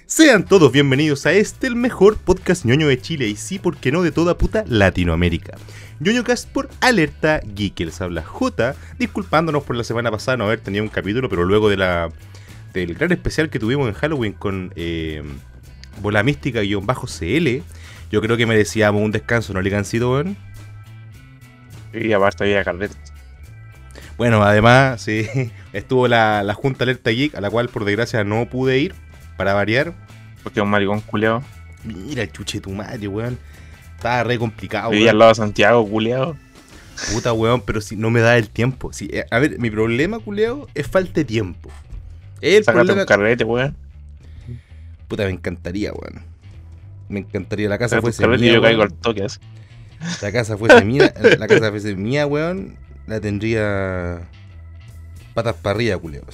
Sean todos bienvenidos a el mejor podcast ñoño de Chile y sí, ¿por qué no?, de toda puta Latinoamérica. ñoñocast por Alerta Geek, que les habla J, disculpándonos por la semana pasada no haber tenido un capítulo, pero luego del gran especial que tuvimos en Halloween con Bola Mística-CL, yo creo que merecíamos un descanso, ¿no, Ligancito, weón? Y aparte había carnet. Bueno, además, sí, estuvo la Junta Alerta Geek, a la cual por desgracia no pude ir, para variar. Porque es un maricón culeado. Mira, chuche tu madre, weón. Estaba re complicado, Vivía al lado de Santiago, culeado. Puta, weón, pero si no me da el tiempo. Si, a ver, mi problema, culeado, es falta de tiempo. El Sácate problema... un carrete, weón. Puta, me encantaría, weón. Me encantaría. La casa Sácate un fuese carrete mía, y yo weón. caigo al toque así. La casa fuese mía, la casa fuese mía, weón. La tendría patas para arriba, culeado.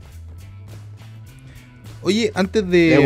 Oye, antes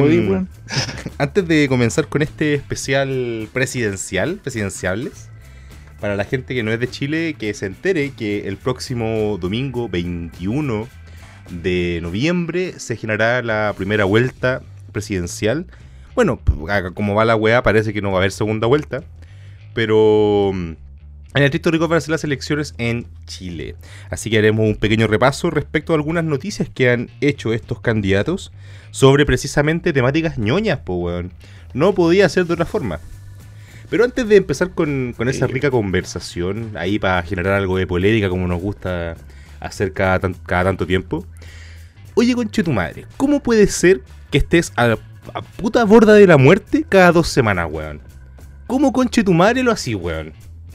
de comenzar con este especial presidenciables, para la gente que no es de Chile, que se entere que el próximo domingo 21 de noviembre se generará la primera vuelta presidencial. Bueno, como va la weá, parece que no va a haber segunda vuelta, pero en el estricto rigor van a ser las elecciones en Chile. Así que haremos un pequeño repaso respecto a algunas noticias que han hecho estos candidatos sobre precisamente temáticas ñoñas, po, weón. No podía ser de otra forma. Pero antes de empezar con esa rica conversación, ahí para generar algo de polémica como nos gusta hacer cada tanto tiempo. Oye, conche tu madre, ¿cómo puede ser que estés a puta borda de la muerte cada 2 semanas, weón? ¿Cómo conche tu madre lo así, weón?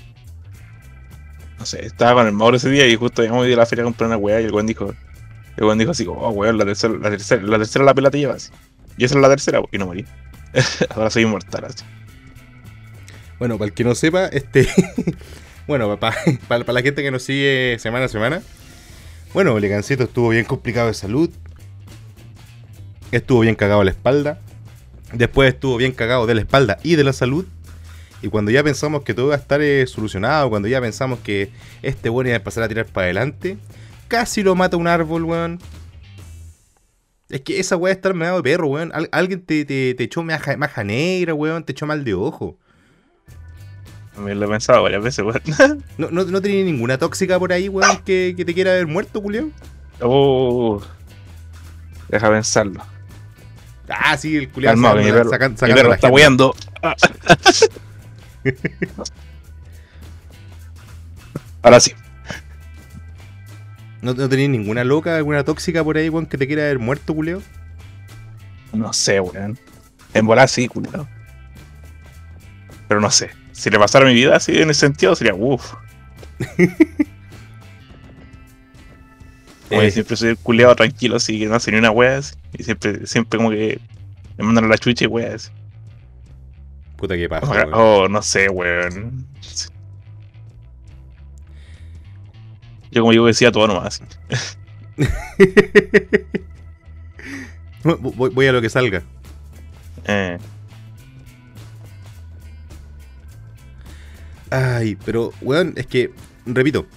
No sé, estaba con el Mauro ese día y justo íbamos a ir a la feria a comprar una weá y el weón dijo así como, oh weón, la tercera la pela te lleva así. Y esa es la tercera, y no morí. Ahora soy inmortal así. Bueno, para el que no sepa, bueno, para la gente que nos sigue semana a semana, bueno, Legancito estuvo bien complicado de salud, estuvo bien cagado de la espalda, después estuvo bien cagado de la espalda y de la salud, y cuando ya pensamos que todo iba a estar solucionado, cuando ya pensamos que bueno iba a empezar a tirar para adelante, casi lo mata un árbol, weón. Es que esa weá es estar meado de perro, weón. Alguien te echó maja negra, weón, te echó mal de ojo. Me lo he pensado varias veces, weón. ¿No tenía ninguna tóxica por ahí, weón, que te quiera ver muerto, culiao? Deja pensarlo. Ah, sí, el culiao Calma, mi perro está weando. Ahora sí. ¿No tenía ninguna loca, alguna tóxica por ahí, weón, que te quiera ver muerto, culiao? No sé, weón. En volar sí, culiao. Pero no sé. Si le pasara mi vida así en ese sentido, sería uff. Siempre soy el culiado tranquilo, así que no hace ni una wea así. Y siempre como que me mandan a la chucha y wea así. Puta que pasa, no sé, weón. Yo como digo decía todo nomás. Voy a lo que salga. Ay, pero, weón, es que, repito,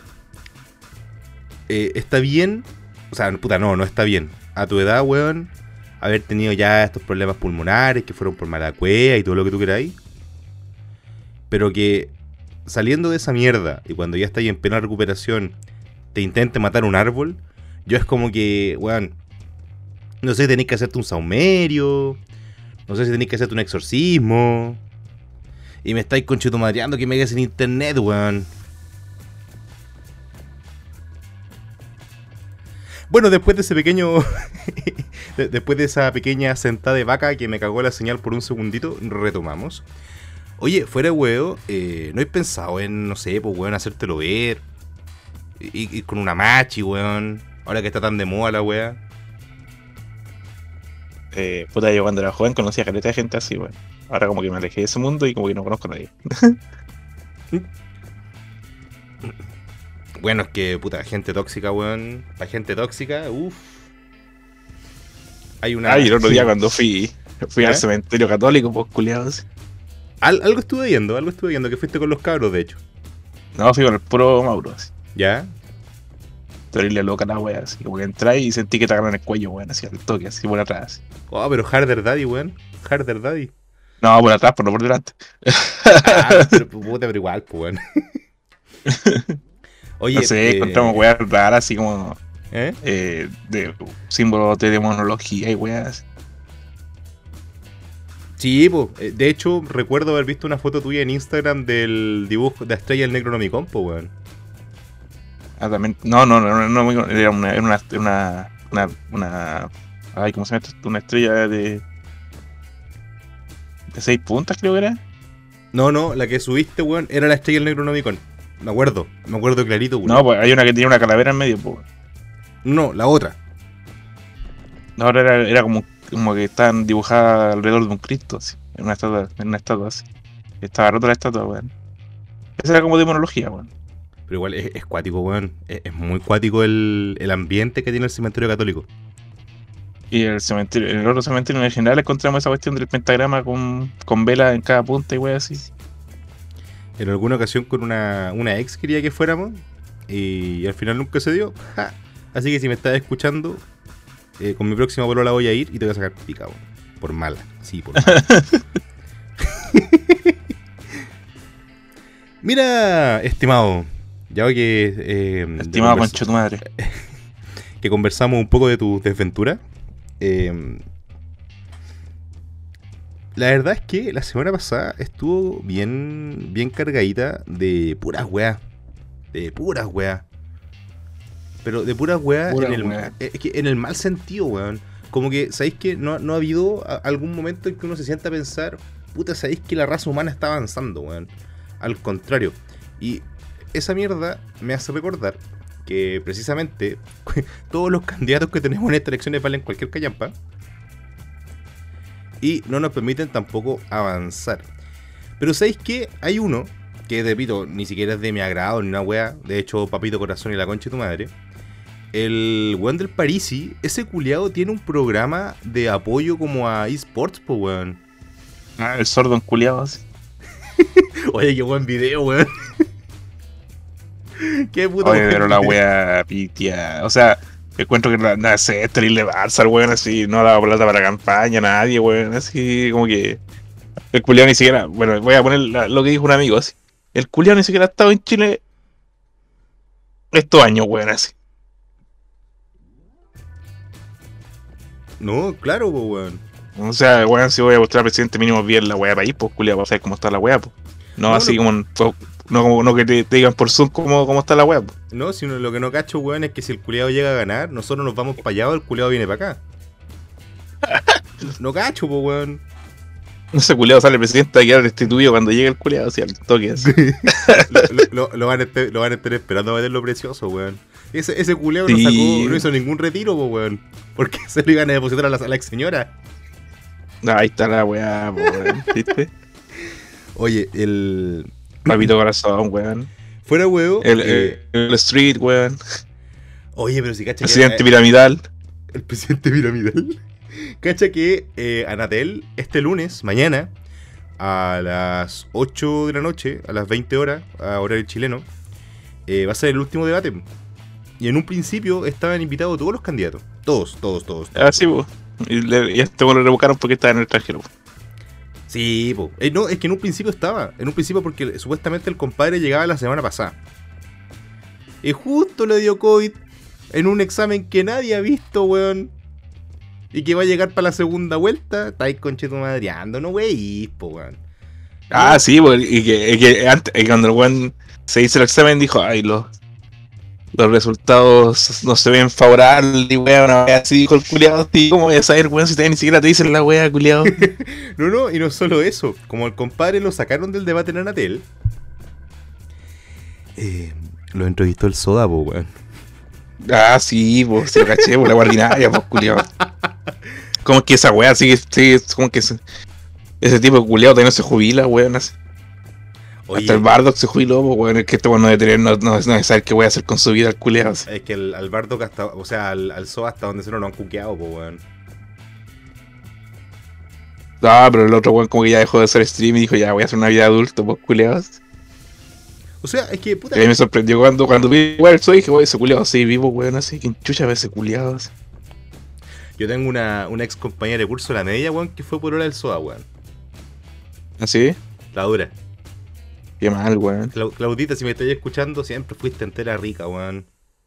está bien, o sea, puta, no está bien. A tu edad, weón, haber tenido ya estos problemas pulmonares que fueron por mala cueva y todo lo que tú queráis. Pero que saliendo de esa mierda y cuando ya estás en plena recuperación te intente matar un árbol, yo es como que, weón, no sé si tenéis que hacerte un saumerio, no sé si tenéis que hacerte un exorcismo. Y me estáis conchetumadreando que me hagas en internet, weón. Bueno, después de ese pequeño... después de esa pequeña sentada de vaca que me cagó la señal por un segundito, retomamos. Oye, fuera de huevo, ¿no he pensado en, no sé, pues, weón, hacértelo ver? Ir con una machi, weón. Ahora que está tan de moda la wea. Puta, yo cuando era joven conocía a caleta de gente así, weón. Ahora como que me alejé de ese mundo y como que no conozco a nadie. Bueno, es que, puta, gente tóxica, weón. Para gente tóxica, uff. Hay una... Ay, el otro día cuando fui al cementerio católico, pues, culiados. Algo estuve viendo, que fuiste con los cabros, de hecho. No, fui con el puro Mauro, así. ¿Ya? Terrible loca la wea, así. Como que entré y sentí que te agarran el cuello, weón, así al toque, así por atrás. Oh, pero Harder Daddy, weón. Harder Daddy. No, por atrás, pero no por delante. Ah, pero puta, pero igual, pues, weón. Oye, No sé, encontramos weas raras, así como ¿eh? de símbolos de demonología y weas. Sí, pues. De hecho, recuerdo haber visto una foto tuya en Instagram del dibujo de Estrella del Necronomicon, pues, weón. Ah, también. No, era una. Ay, ¿cómo se llama esto? Una estrella de 6 puntas, creo que era. No, la que subiste, weón, era la Estrella del Necronomicon. Me acuerdo clarito, weón. No, pues hay una que tiene una calavera en medio, pues. No, la otra. No, ahora era como que estaban dibujadas alrededor de un Cristo, así. En una estatua así. Estaba rota la estatua, weón. Esa era como demonología, weón. Pero igual es cuático, weón. Es muy cuático el ambiente que tiene el cementerio católico. Y el cementerio, en el otro cementerio en general encontramos esa cuestión del pentagrama con velas en cada punta y weón así. En alguna ocasión con una ex quería que fuéramos y al final nunca se dio. Ja. Así que si me estás escuchando, con mi próxima polola voy a ir y te voy a sacar pica, weón. Por mala, sí, por mala. Mira, estimado, ya que... Estimado concho tu madre. Que conversamos un poco de tu desventura. La verdad es que la semana pasada estuvo bien cargadita de puras weas. De puras weas. Pero de puras weas en el mal sentido, weón. Como que, ¿sabéis que no ha habido algún momento en que uno se sienta a pensar, puta, ¿sabéis que la raza humana está avanzando, weón? Al contrario. Y esa mierda me hace recordar que precisamente todos los candidatos que tenemos en estas elecciones valen cualquier callampa y no nos permiten tampoco avanzar. Pero ¿sabéis qué? Hay uno que, repito, ni siquiera es de mi agrado ni una wea. De hecho, papito corazón y la concha de tu madre. El weón del Parisi, ese culiado tiene un programa de apoyo como a eSports, po weón. Ah, el sordo enculiado así. Oye, qué buen video, weón. Qué puto. Oye, pero la wea pitia. O sea, encuentro que no sé, es terrible Barça, el weón así, no daba plata para campaña, nadie, weón, así como que. El culiao ni siquiera. Bueno, voy a poner lo que dijo un amigo así. El culiao ni siquiera ha estado en Chile estos años, weón, así. No, claro, po weón. O sea, weón, si voy a mostrar al presidente mínimo bien la weá país, pues culiao, para saber cómo está la weá, pues. No así como. No que te digan por Zoom cómo está la weá, pues. No, sino lo que no cacho, weón, es que si el culiado llega a ganar, nosotros nos vamos para allá o el culiado viene para acá. No cacho, po weón. Ese culiao sale presidente a quedar destituido cuando llegue el culiao, así al toque así. Lo van a estar esperando a ver lo precioso, weón. Ese culiao Sí. no hizo ningún retiro, po, weón. Porque se lo iban a depositar a la ex señora. Ahí está la weá, weón. ¿Viste? Oye, el. Papito corazón, weón. Fuera huevo. El street, weón. Oye, pero si cacha Presidente que. piramidal. El presidente piramidal. Cacha que Anatel, este lunes, mañana, a las 8 de la noche, a las 20 horas, a horario chileno, va a ser el último debate. Y en un principio estaban invitados todos los candidatos. Todos. Ah, sí, pues. Y este weón lo revocaron porque estaba en el extranjero. Sí, po. No, es que en un principio estaba. En un principio porque supuestamente el compadre llegaba la semana pasada. Y justo le dio COVID en un examen que nadie ha visto, weón. Y que va a llegar para la segunda vuelta. Está ahí conchetumadreando, no wey, po, weón. Ah, sí, pues. Y que antes, cuando el weón se hizo el examen dijo, ay, los resultados no se ven favorables, y weón, una wea así, dijo el culiado, tío, ¿cómo voy a saber, weón, si todavía ni siquiera te dicen la wea, culiado? No, y no solo eso, como el compadre lo sacaron del debate en Anatel, lo entrevistó el Soda, po, weón. Ah, sí, pues, se lo caché, por la guardinaria, pues, culiado. Como que esa wea sigue, como que ese tipo de culiado todavía no se jubila, weón, así. Oye, hasta el Bardock se jubiló, pues, weón, es que este weón no debe tener, no debe saber qué voy a hacer con su vida, el culiado. Es que al Bardock hasta, o sea, al Soda hasta donde se lo han cuqueado, po, weón. No, pero el otro weón como que ya dejó de hacer stream y dijo, ya voy a hacer una vida adulto, pues, culiados. O sea, es que, puta. Y a mí me sorprendió cuando vi weón el SOA y dije, weón, ese culiado así vivo, weón, así, que chucha ve ese culiado así. Yo tengo una ex compañera de curso de la media, weón, que fue por hora del SOA, weón. ¿Así? La dura. Qué mal, weón. Claudita, si me estáis escuchando, siempre fuiste entera rica, weón.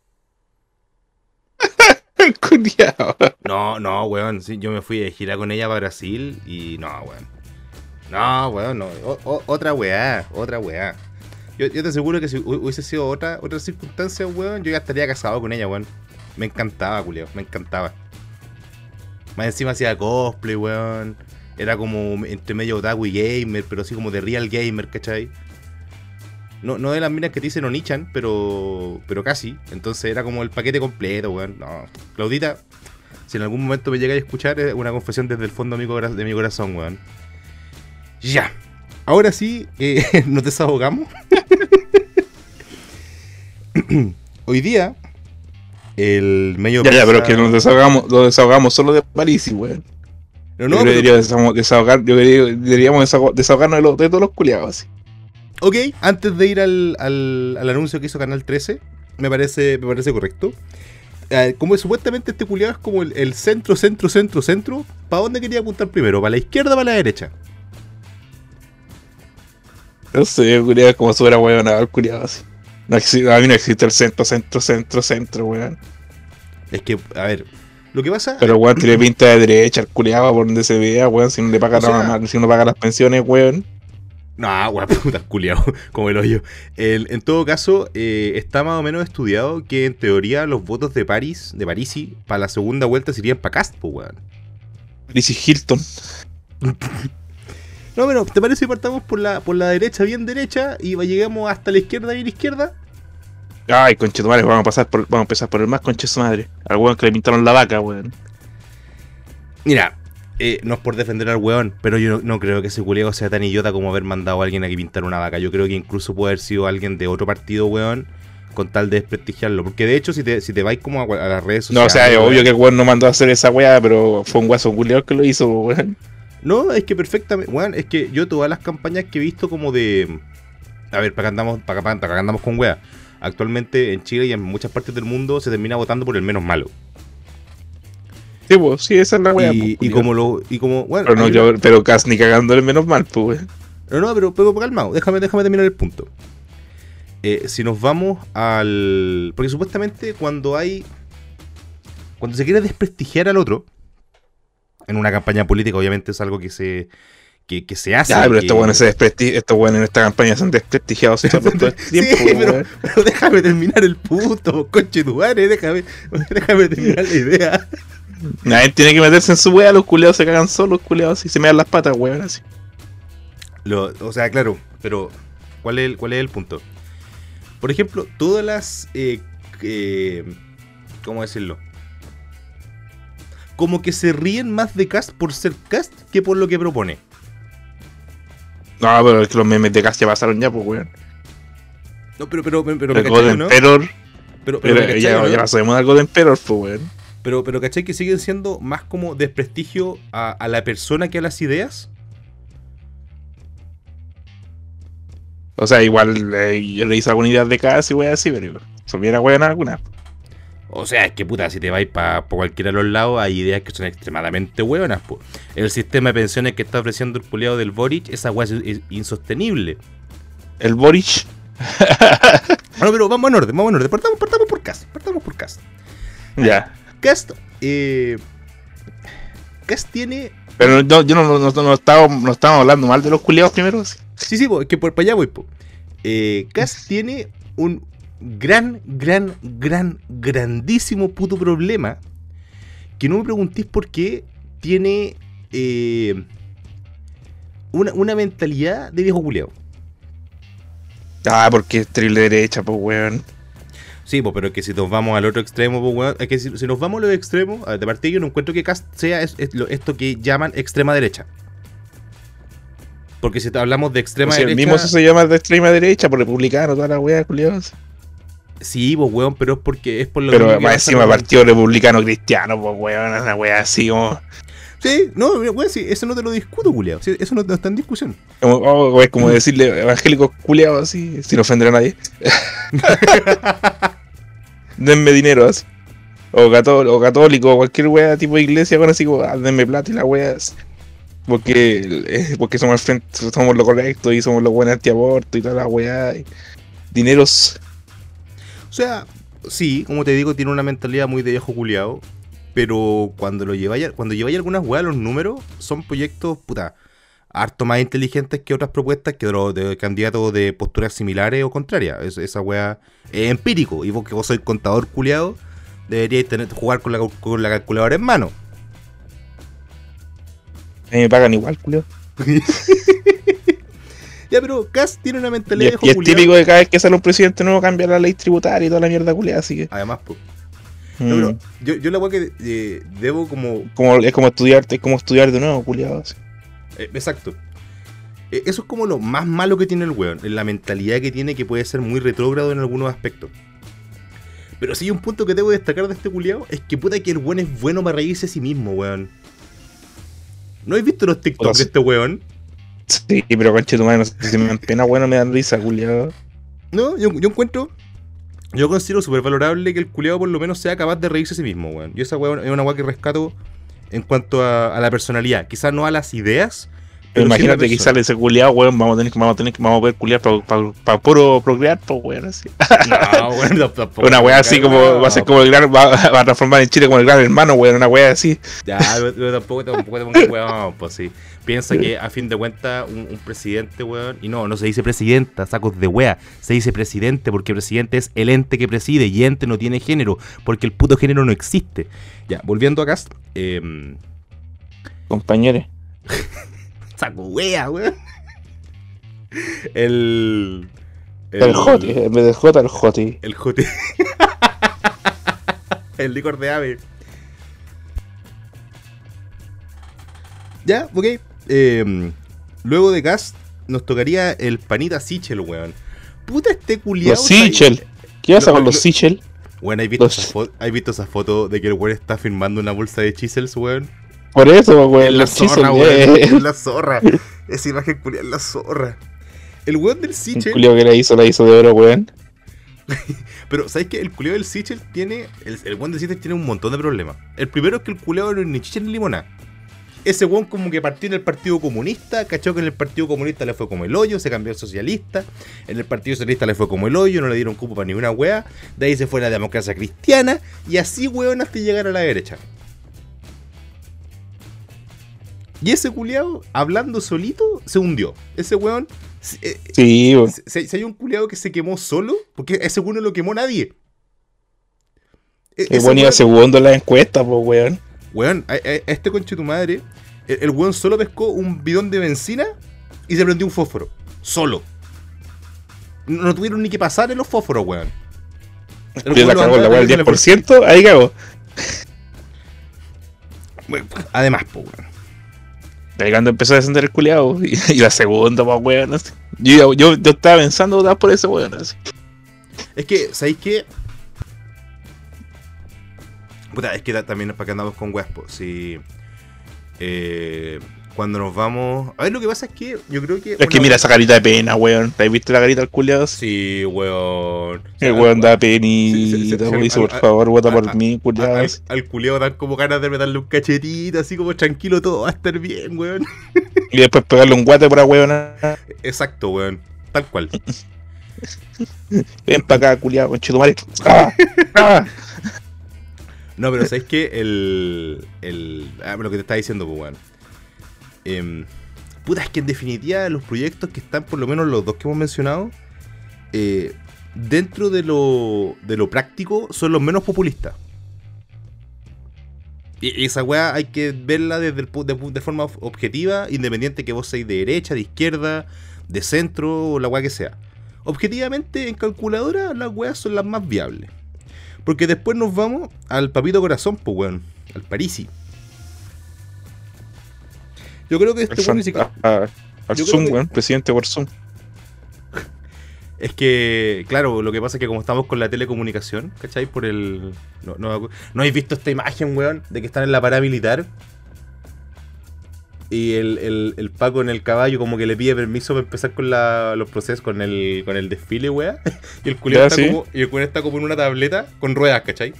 El culiado. No, weón. Sí, yo me fui de gira con ella para Brasil y no, weón. No, weón, no. Otra weá. Yo te aseguro que si hubiese sido otra circunstancia, weón, yo ya estaría casado con ella, weón. Me encantaba, culiao, me encantaba. Más encima hacía cosplay, weón. Era como entre medio otaku y gamer, pero así como de real gamer, ¿cachai? No de las minas que te dicen Onichan, pero casi. Entonces era como el paquete completo, weón. No, Claudita, si en algún momento me llegáis a escuchar, es una confesión desde el fondo de mi corazón, weón. Ya. Ahora sí, nos desahogamos. Hoy día, el medio... Ya, pero es que nos desahogamos solo de París, weón. No, yo deberíamos desahogarnos de todos los culiados, así. Ok, antes de ir al anuncio que hizo Canal 13, me parece correcto. Como supuestamente este culiado es como el centro, ¿para dónde quería apuntar primero? ¿Para la izquierda o para la derecha? No sé, culiado es como si fuera weón el culiado así. A mí no existe el centro, weón. Es que, a ver, lo que pasa... Pero weón tiene pinta de derecha, el culiado por donde se vea, weón, si no le paga si no paga las pensiones, weón. No, weón, puta, culiao, como el hoyo. En todo caso, está más o menos estudiado que en teoría los votos de Parisi, para la segunda vuelta serían para Cast, pues, weón. Parisi Hilton. No, pero ¿te parece que partamos por la derecha, bien derecha, y llegamos hasta la izquierda, bien izquierda? Ay, conchetumadre, vamos a empezar por el más conchetumadre. Al weón que le pintaron la vaca, weón. Mira, no es por defender al weón, pero yo no creo que ese culiao sea tan idiota como haber mandado a alguien a que pintar una vaca. Yo creo que incluso puede haber sido alguien de otro partido, weón, con tal de desprestigiarlo. Porque de hecho, si te vais como a las redes sociales... No, o sea, es obvio que el weón no mandó a hacer esa weá, pero fue un guaso culiao que lo hizo, weón. No, es que perfectamente, weón, es que yo todas las campañas que he visto como de... A ver, para que andamos con weá. Actualmente en Chile y en muchas partes del mundo se termina votando por el menos malo. Sí, pues, sí, esa es la weá. Y como, bueno... Pero, no, pero casi ni cagándole menos mal, pues, weón. No, pero calmado, déjame terminar el punto. Si nos vamos al... Porque supuestamente cuando se quiere desprestigiar al otro, en una campaña política obviamente es algo que se hace. Ya, pero estos buenos en esta campaña se han desprestigiado todo el tiempo. Sí, pero déjame terminar el punto, conche tu madre, déjame terminar la idea. Nadie tiene que meterse en su wea, los culeados se cagan solos, los culeados, y se me dan las patas, weón, así. O sea, claro, pero ¿cuál es el punto? Por ejemplo, todas las... ¿cómo decirlo? Como que se ríen más de Cast por ser Cast que por lo que propone. No, pero es que los memes de Cast ya pasaron ya, pues, weón. No, pero el Golden Emperor. Pero ya pasó de moda el Golden Emperor, pues, weón. Pero ¿cachai? Que siguen siendo más como desprestigio a la persona que a las ideas. O sea, igual yo le hice alguna idea de Cast y weón así, pero se hubiera weón alguna. O sea, es que puta, si te vais para cualquiera de los lados, hay ideas que son extremadamente hueonas, po. El sistema de pensiones que está ofreciendo el culiado del Boric, esa weá es insostenible. ¿El Boric? Bueno, pero vamos en orden. Partamos por Cast. Ya. Cast tiene... Pero yo no estábamos hablando mal de los culiados primero. Sí, po, es que por para allá voy, po. Cast tiene un grandísimo puto problema, que no me preguntéis por qué tiene una mentalidad de viejo culiao. Ah, porque es terrible derecha, pues, weón. Sí, pues, pero es que si nos vamos al otro extremo, pues, weón, es que si nos vamos a los extremos, de partida yo no encuentro que Cast sea esto que llaman extrema derecha. Porque si hablamos de extrema derecha... El mismo se llama de extrema derecha, por republicano, toda la weá, culiados. Sí, pues, weón, pero es por lo pero más encima partido republicano cristiano, pues, weón, una weá así como... Sí, no, weón, sí, eso no te lo discuto, culiao. Sí, eso no está en discusión. Es como decirle evangélicos culiados así, sin ofender a nadie. Denme dinero así. O católico, o cualquier wea tipo de iglesia con así como, denme plata y la wea así. Porque somos al frente, somos lo correcto y somos los buenos antiaborto y toda la wea. Dineros. O sea, sí, como te digo, tiene una mentalidad muy de viejo culiao. Pero cuando lleváis algunas weas, los números son proyectos, puta, harto más inteligentes que otras propuestas que de candidatos de posturas similares o contrarias. Esa wea es empírico. Y vos que vos sois contador culiao, deberíais jugar con la calculadora en mano. A mí me pagan igual, culio. Ya, pero Kast tiene una mentalidad de Y es típico de cada vez que sale un presidente nuevo cambia la ley tributaria y toda la mierda culiada, así que. Además, pues. No, pero yo la weá que debo como. Es como estudiar de nuevo, culiado. Así. Exacto. Eso es como lo más malo que tiene el weón. La mentalidad que tiene, que puede ser muy retrógrado en algunos aspectos. Pero si hay un punto que debo destacar de este culiado, es que puta que el weón es bueno para reírse a sí mismo, weón. ¿No habéis visto los TikToks de este weón? Sí, pero conche tu madre, no sé si me dan pena, weón, me dan risa, culiado. No, yo considero súper valorable que el culiado por lo menos sea capaz de reírse a sí mismo, weón. Yo esa weón es una weá que rescato en cuanto a la personalidad. Quizás no a las ideas. Pero imagínate que sale ese culiado, weón, vamos a poder culiar para puro procrear, pues weón, así. No, weón, tampoco. Una weá así como, va a ser como el gran, va a transformar en Chile como el gran hermano, weón, una weá así. Ya, yo tampoco te pongo weón, pues sí. Piensa que a fin de cuentas un presidente, weón, y no se dice presidenta, sacos de wea, se dice presidente porque presidente es el ente que preside y ente no tiene género, porque el puto género no existe. Ya, volviendo a Kast, compañeros. Saco wea, weón. El Joti, en vez de J, el Joti. El Joti. El licor de ave. Ya, ok. Luego de Kast nos tocaría el panita Sichel, weón. Puta este culiao. Los Sichel. ¿Qué pasa con los Sichel? Weón, ¿has visto esa foto de que el weón está firmando una bolsa de chisels, weón? Por eso, weón. La zorra, weón. Es la zorra. Esa imagen culiao es la zorra. El weón del Sichel. El culiao que la hizo de oro, weón. Pero, ¿sabes qué? El culiao del Sichel tiene. El weón del Sichel tiene un montón de problemas. El primero es que el culiao no es ni chicha ni limonada. Ese weón como que partió en el Partido Comunista, cachó que en el Partido Comunista le fue como el hoyo, se cambió al socialista, en el Partido Socialista le fue como el hoyo, no le dieron cupo para ninguna wea, de ahí se fue a la democracia cristiana, y así weón hasta llegar a la derecha. Y ese culiao, hablando solito, se hundió. Ese weón... sí, weón. Si hay un culiao que se quemó solo, porque ese weón no lo quemó nadie. El weón iba segundo en la encuesta, pues weón. Weón, a este conche tu madre, el weón solo pescó un bidón de benzina y se prendió un fósforo. Solo. No tuvieron ni que pasar en los fósforos, weón. Yo la cago en la weón, el 10%, ahí cago. Bueno, además, pues, weón. Ahí cuando empezó a descender el culiao, y la segunda, pues weón, así. Yo estaba pensando votar por ese weón, así. Es que, ¿sabéis qué? Puta, es que también es para que andamos con weas, pues. Si cuando nos vamos... A ver, lo que pasa es que yo creo que... Es que mira esa carita de pena, weón. ¿Te has visto la carita del culiao? Sí, weón. El weón da penita, dice, por favor, vota por mí, culiao. Al culiao dan como ganas de meterle un cachetito, así como tranquilo, todo va a estar bien, weón. Y después pegarle un guate por la weón. Exacto, weón. Tal cual. Ven para acá, culiao, conchetumare. ¡Ah! ¡Ah! No, pero ¿sabes qué? Lo que te estaba diciendo, pues, weón. Puta, es que en definitiva los proyectos que están, por lo menos los dos que hemos mencionado, dentro de lo práctico, son los menos populistas. Y esa weá hay que verla de forma objetiva, independiente que vos seáis de derecha, de izquierda, de centro o la weá que sea. Objetivamente, en calculadora, las weas son las más viables. Porque después nos vamos al papito corazón, pues weón, al Parisi. Yo creo que este weón ni siquiera... Al Zoom, weón, presidente por Zoom. Es que, claro, lo que pasa es que como estamos con la telecomunicación, ¿cachai? Por el... ¿No habéis visto esta imagen, weón? De que están en la parada militar. Y el Paco en el caballo como que le pide permiso para empezar con los procesos, con el desfile, weá. Y el culiao está, está como en una tableta con ruedas, ¿cachai?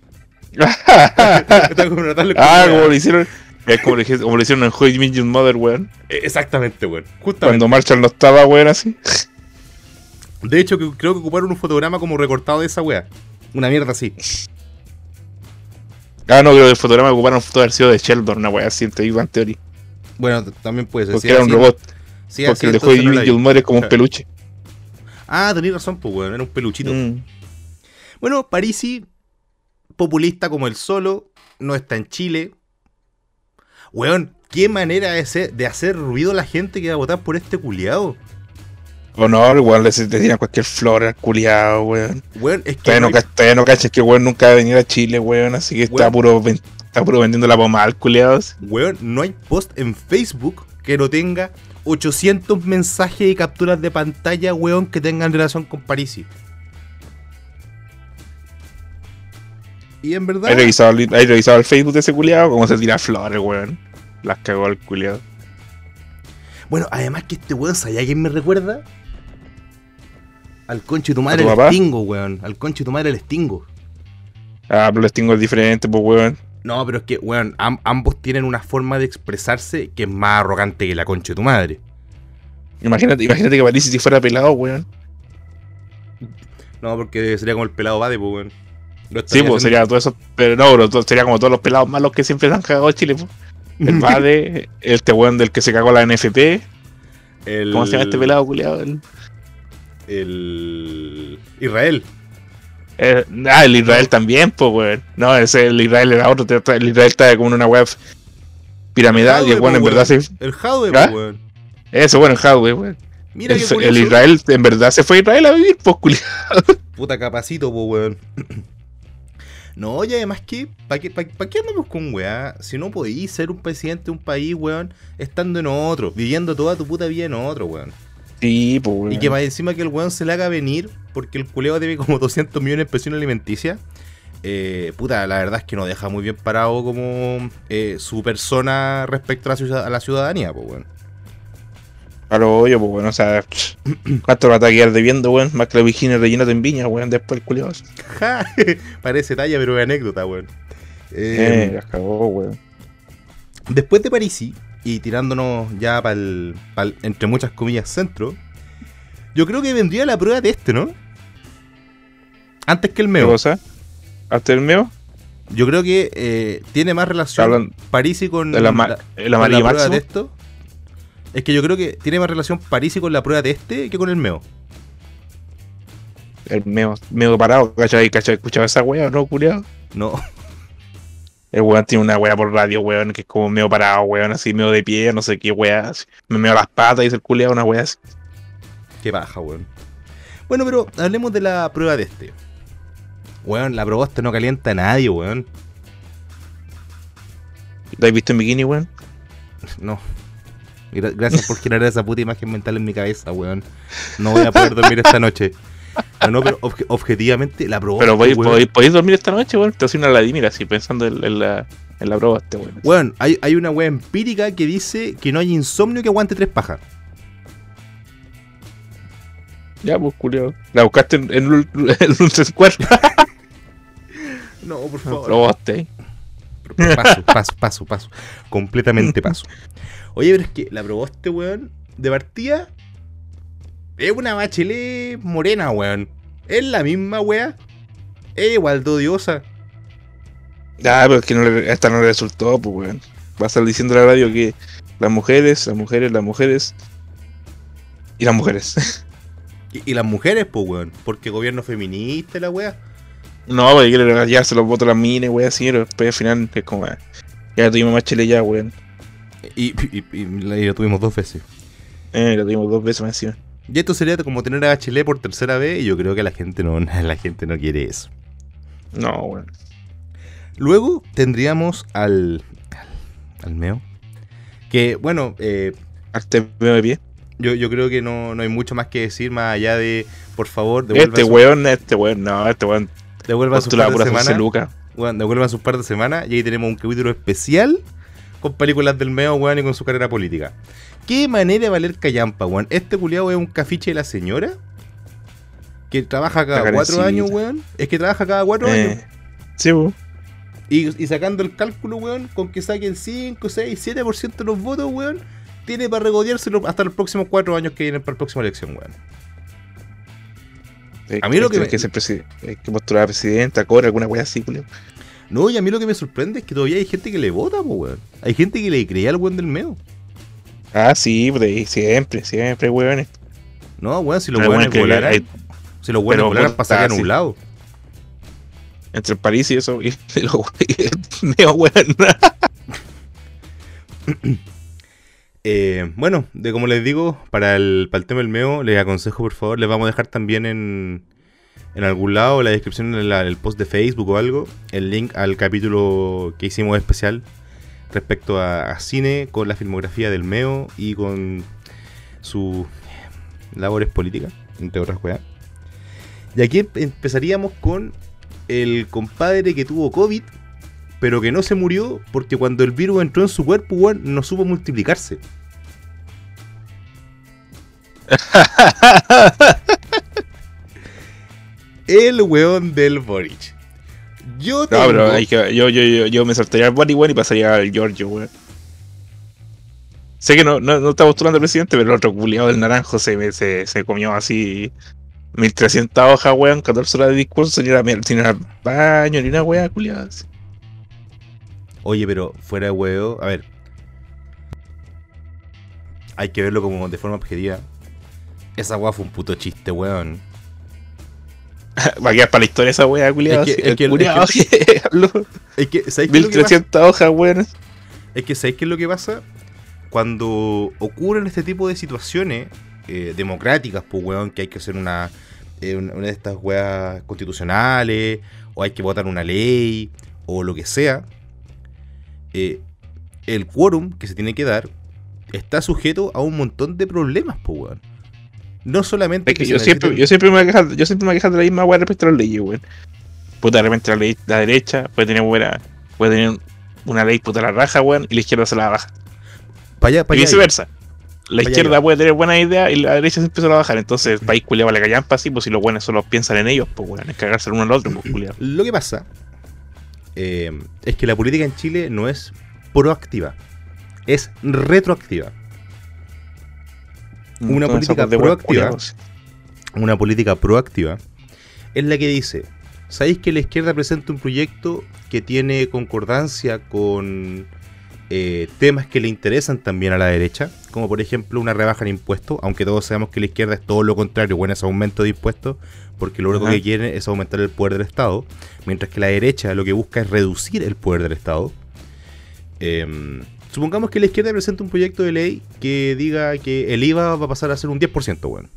Está como en una tableta como lo hicieron. Es como lo hicieron en How I Met Your Mother, weón. Exactamente, weón. Justamente. Cuando Marshall no estaba, weón, así. De hecho, creo que ocuparon un fotograma como recortado de esa weá. Una mierda así. No, creo que el fotograma ocuparon foto de haber sido de Sheldon, una weá así, en The Big Bang Theory. Bueno, también puede ser. Porque era un robot. Sí, porque el de How I Met Your Mother es como un peluche. Ah, tenés razón, pues, weón. Era un peluchito. Bueno, Parisi, populista como el solo, no está en Chile. Weón, qué manera de hacer ruido a la gente que va a votar por este culiado. O no, igual le tiran cualquier flor al culiado, weón. Weón, es que. Todavía no cachas que weón nunca va a venir a Chile, weón. Así que weón, está puro vendiendo la pomada al culiado. Weón, no hay post en Facebook que no tenga 800 mensajes y capturas de pantalla, weón, que tengan relación con Parisi. Y en verdad. ¿Hay revisado el Facebook de ese culiado? ¿Cómo se tira flores, weón? Las cagó al culiado. Bueno, además que este weón, ¿sabía a quién me recuerda? Al conche tu madre el Stingo, weón. Al conche tu madre el Stingo. Ah, pero el Stingo es diferente, pues, weón. No, pero es que, weón, ambos tienen una forma de expresarse que es más arrogante que la concha de tu madre. Imagínate que Parisi si fuera pelado, weón. No, porque sería como el pelado Bade, pues, weón. Sí, pues sería todo eso. Pero no, sería como todos los pelados malos que siempre se han cagado en Chile, pues. El Bade, este weón del que se cagó la NFP. ¿Cómo se llama este pelado, culiado? El Israel. El Israel también, pues, weón. No, el Israel era otro. El Israel está como en una web piramidal y el weón en verdad se. El Jadwe, pues, weón. Eso, bueno, el Jadwe, weón. Mira el Israel en verdad se fue a Israel a vivir, pues, culiado. Puta capacito, pues, weón. No, y además que, ¿para qué andamos con weá? Si no podís ser un presidente de un país, weón, estando en otro, viviendo toda tu puta vida en otro, weón. Sí, pues, weón. Y que más encima que el weón se le haga venir, porque el culeo debe como 200 millones de pensión alimenticia. Puta, la verdad es que no deja muy bien parado como su persona respecto a la ciudadanía, pues, weón. A lo hoyo, pues, weón, o sea, ¿cuánto va a quedar debiendo, weón? Más que la Virginia rellena en Viña, weón, después el culiado. Parece talla, pero es anécdota, weón. La cagó, weón. Después de Parisi, y tirándonos ya para entre muchas comillas, centro, yo creo que vendría la prueba de ¿no? Antes que el meo. ¿Qué cosa? ¿Antes del meo? Yo creo que tiene más relación Parisi con la María prueba de esto. Es que yo creo que tiene más relación Parisi con la prueba de que con el meo. El meo parado, ¿cachai? ¿Escuchaba esa wea o no, culiado? No. El weón tiene una wea por radio, weón, que es como medio parado, weón, así medio de pie, no sé qué wea. Así. Me meo las patas y dice el culiado una wea así. Qué baja, weón. Bueno, pero hablemos de la prueba de Weón, la proboste no calienta a nadie, weón. ¿Te has visto en bikini, weón? No. Gracias por generar esa puta imagen mental en mi cabeza, weón. No voy a poder dormir esta noche. No, pero objetivamente la proboste. Pero podéis dormir esta noche, weón. Te hace una ladimira así pensando en la proboste, weón. Weón, hay una wea empírica que dice que no hay insomnio que aguante 3 pajas. Ya, pues, culiao. La buscaste en un Square. No, por favor. Proboste. Paso. Completamente paso. Oye, pero es que la proboste, weón, de partida es una Bachelet morena, weón. Es la misma, weá. Es igual de odiosa. Pero es que esta no le resultó, pues, weón. Va a estar diciendo en la radio que las mujeres. Y las mujeres. Y las mujeres, pues, weón. Porque gobierno feminista y la weá. No, porque quiere regalarse los votos a las minas, weón, así, pero después al final es como, ya tuvimos más Chile ya, weón. Y lo tuvimos 2 veces. Lo tuvimos 2 veces más encima. Y esto sería como tener a Bachelet por tercera vez, y yo creo que la gente no quiere eso. No, weón. Luego tendríamos al meo. Que, bueno, Arte meo de pie. Yo creo que no hay mucho más que decir más allá de, por favor, devuelvan devuelvan sus par de semanas. Lucas. Bueno, devuelvan sus par de semanas y ahí tenemos un capítulo especial con películas del meo, weón, y con su carrera política. ¿Qué manera de valer callampa, weón? Este culiado es un cafiche de la señora que trabaja cada 4 años, weón. Es que trabaja cada 4 años. Sí, weón. Y sacando el cálculo, weón, con que saquen 5, 6, 7% de los votos, weón, tiene para regodeárselo hasta los próximos 4 años que vienen para la próxima elección, weón. A mí lo que que postular a presidenta, cobra alguna weá así, culiao. No, y a mí lo que me sorprende es que todavía hay gente que le vota, po, weón. Hay gente que le creía al weón del meo. Ah, sí, pues siempre, weón. No, weón, si los weones volaran, si los weones volaran para sacar un lado. Entre el París y eso, y los meo, weón. Bueno, como les digo, para el tema del meo, les aconsejo, por favor, les vamos a dejar también en algún lado, en la descripción, en el post de Facebook o algo, el link al capítulo que hicimos especial respecto a cine, con la filmografía del meo y con sus labores políticas, entre otras cosas. Y aquí empezaríamos con el compadre que tuvo COVID, pero que no se murió porque cuando el virus entró en su cuerpo, weón, no supo multiplicarse. El weón del Boric. Yo me saltaría al Boric, weón, y pasaría al Giorgio, weón. Sé que no está postulando al presidente, pero el otro culiado del naranjo se comió así 1300 hojas, weón, 14 horas de discurso, ni era baño, ni una weá, culiada. Oye, pero fuera de huevo, a ver. Hay que verlo como de forma objetiva. Esa weá fue un puto chiste, weón. Va a quedar para la historia esa weá, culiada. Es que 1300 hojas, weón. Es que ¿sabéis qué es lo que pasa? Cuando ocurren este tipo de situaciones democráticas, pues weón, que hay que hacer una de estas weas constitucionales, o hay que votar una ley, o lo que sea, el quórum que se tiene que dar está sujeto a un montón de problemas, pues weón. No solamente es que yo siempre me voy a quejar de la misma weá respecto a las leyes, weón. Puta, de repente la derecha puede tener una ley puta la raja, weón, y la izquierda se la baja. Y viceversa. La izquierda puede tener buena idea y la derecha se empieza a bajar. Entonces, el país culiado vale callampa así, pues si los buenos solo piensan en ellos, pues weón, es cagarse el uno al otro, pues culiado. Lo que pasa es que la política en Chile no es proactiva, es retroactiva. Una política proactiva es la que dice: ¿sabéis que la izquierda presenta un proyecto que tiene concordancia con temas que le interesan también a la derecha? Como por ejemplo una rebaja en impuestos, aunque todos sabemos que la izquierda es todo lo contrario, bueno, es aumento de impuestos, porque lo único que quieren es aumentar el poder del Estado, mientras que la derecha lo que busca es reducir el poder del Estado. Supongamos que la izquierda presenta un proyecto de ley que diga que el IVA va a pasar a ser un 10%, weón.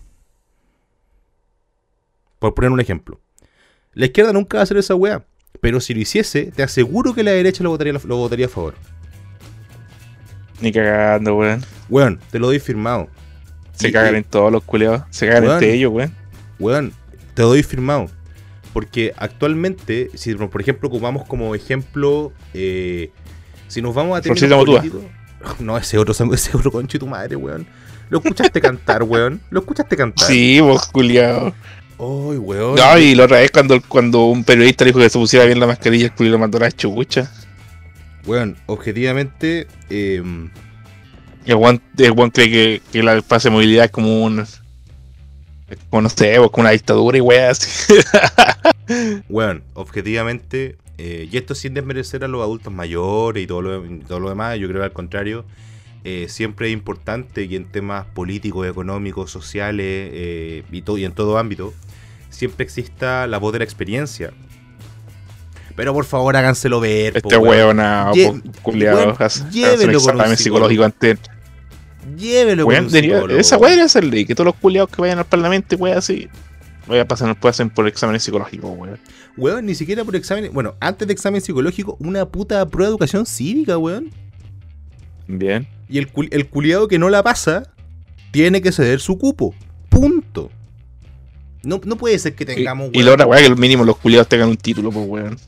Por poner un ejemplo. La izquierda nunca va a hacer esa weá, pero si lo hiciese, te aseguro que la derecha lo votaría a favor. Ni cagando, weón. Weón, te lo doy firmado. Se cagan en todos los culiados. Se cagan entre ellos, weón. Weón, te lo doy firmado. Porque actualmente, si por ejemplo ocupamos como ejemplo, si nos vamos a tener político, no, ese otro conche tu madre, weón. ¿Lo escuchaste cantar, weón? ¿Lo escuchaste cantar? Sí, vos, culiado. Ay, weón. No, y la otra vez cuando un periodista le dijo que se pusiera bien la mascarilla, el culiado lo mandó a la chucha. Weón, objetivamente, el Juan cree que la pase de movilidad es como no sé, como una dictadura y weas. Weón, objetivamente, y esto sin desmerecer a los adultos mayores y todo lo demás, yo creo que al contrario, siempre es importante que en temas políticos, económicos, sociales y en todo ámbito, siempre exista la voz de la experiencia. Pero por favor háganselo ver. Este weón, culiado, llévelo con un psicológico antes. Llévelo con un psicólogo. Esa weá debería ser ley, que todos los culiados que vayan al parlamento, weón, así, pasen por exámenes psicológicos, weón. Weón, ni siquiera por exámenes. Bueno, antes de examen psicológico, una puta prueba de educación cívica, weón. Bien. Y el culiado que no la pasa, tiene que ceder su cupo. Punto. No puede ser que tengamos, y la otra weá, que al mínimo los culiados tengan un título, pues weón.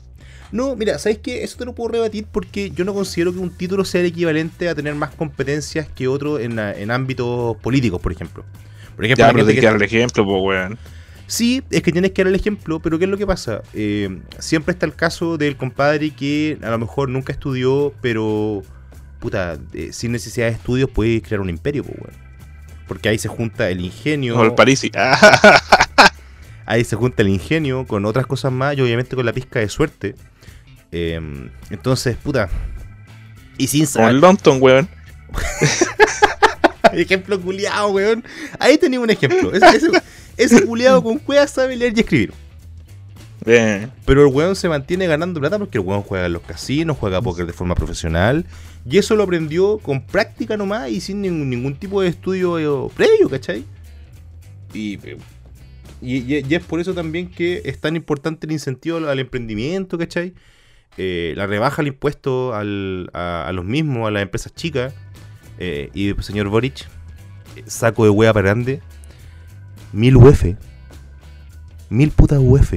No, mira, ¿sabes qué? Eso te lo puedo rebatir porque yo no considero que un título sea el equivalente a tener más competencias que otro en ámbitos políticos, por ejemplo. Por ejemplo, Ya, la pero gente te que... queda el ejemplo, pues, weón. Sí, es que tienes que dar el ejemplo, pero ¿qué es lo que pasa? Siempre está el caso del compadre que a lo mejor nunca estudió, pero, puta, sin necesidad de estudios puede crear un imperio, pues, weón. Porque ahí se junta el ingenio. O el Parisi. Ahí se junta el ingenio con otras cosas más y obviamente con la pizca de suerte. Entonces, puta. Y sin Como saber. el Longton, weón. Ejemplo culiado, weón. Ahí tenía un ejemplo. Ese culiado con cuevas sabe leer y escribir. Pero el weón se mantiene ganando plata porque el weón juega en los casinos, juega póker de forma profesional. Y eso lo aprendió con práctica nomás y sin ningún tipo de estudio previo, ¿cachai? Y es por eso también que es tan importante el incentivo al emprendimiento, ¿cachai? La rebaja al impuesto a los mismos, a las empresas chicas. Y señor Boric, saco de hueá para grande, 1000 UF. 1000 putas UF.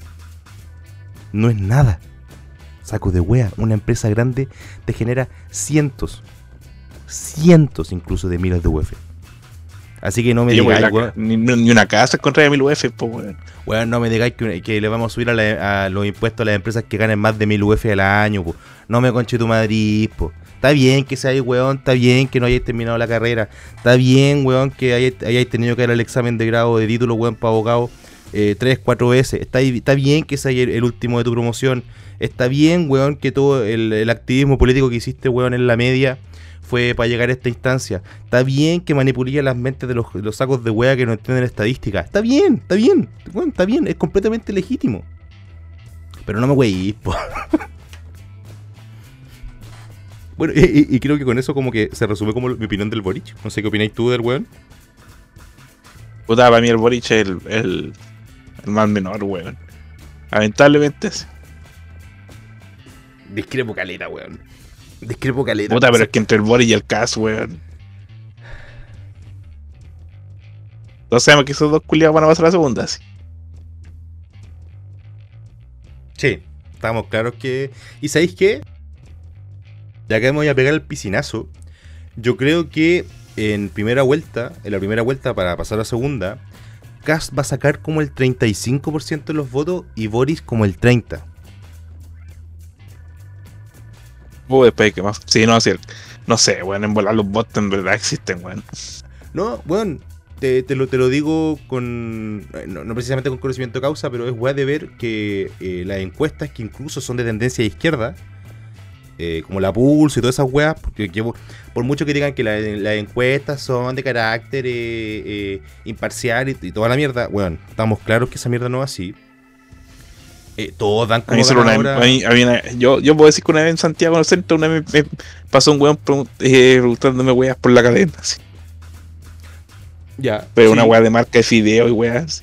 No es nada. Saco de hueá. Una empresa grande te genera cientos incluso de miles de UF. Así que no me digáis, weón. Ni una casa contra 1000 UF, pues, weón. Weón, no me digáis que le vamos a subir a los impuestos a las empresas que ganen más de 1000 UF al año, po. No me conche tu Madrid, po. Está bien que seáis, weón, está bien que no hayáis terminado la carrera. Está bien, weón, que hayáis tenido que dar el examen de grado de título, weón, para abogado 3-4 veces. Está bien que seáis el último de tu promoción. Está bien, weón, que todo el activismo político que hiciste, weón, en la media fue para llegar a esta instancia. Está bien que manipulías las mentes de los sacos de wea que no entienden estadística. Está bien, weón, está bien, es completamente legítimo. Pero no me weís, po. Bueno, y creo que con eso como que se resume como mi opinión del Boric. No sé qué opináis tú del weón. Puta, para mí el Boric es el más menor, weón. Lamentablemente sí. Discrepo caleta, weón. Discrepo caleta. Puta, pero es que entre el Boric y el Cas, weón. Todos sabemos que esos dos culiados van a pasar a la segunda, sí. Sí, estamos claros que... ¿Y sabéis qué? Ya que me voy a pegar el piscinazo, yo creo que en la primera vuelta para pasar a la segunda, Kast va a sacar como el 35% de los votos y Boris como el 30%. Después que más. Sí, no, sí, no sé, weón, en volar los bots en verdad existen, weón. No, weón, te lo digo con... No precisamente con conocimiento de causa, pero es weá de ver que las encuestas que incluso son de tendencia de izquierda, como la Pulso y todas esas weas, porque por mucho que digan que las encuestas son de carácter imparcial y toda la mierda, weón, estamos claros que esa mierda no es así. Todos dan como yo puedo decir que una vez en Santiago, en el centro, una vez me pasó un weón preguntándome weas por la cadena, así. Ya, pero sí. Una wea de marca de fideo y weas.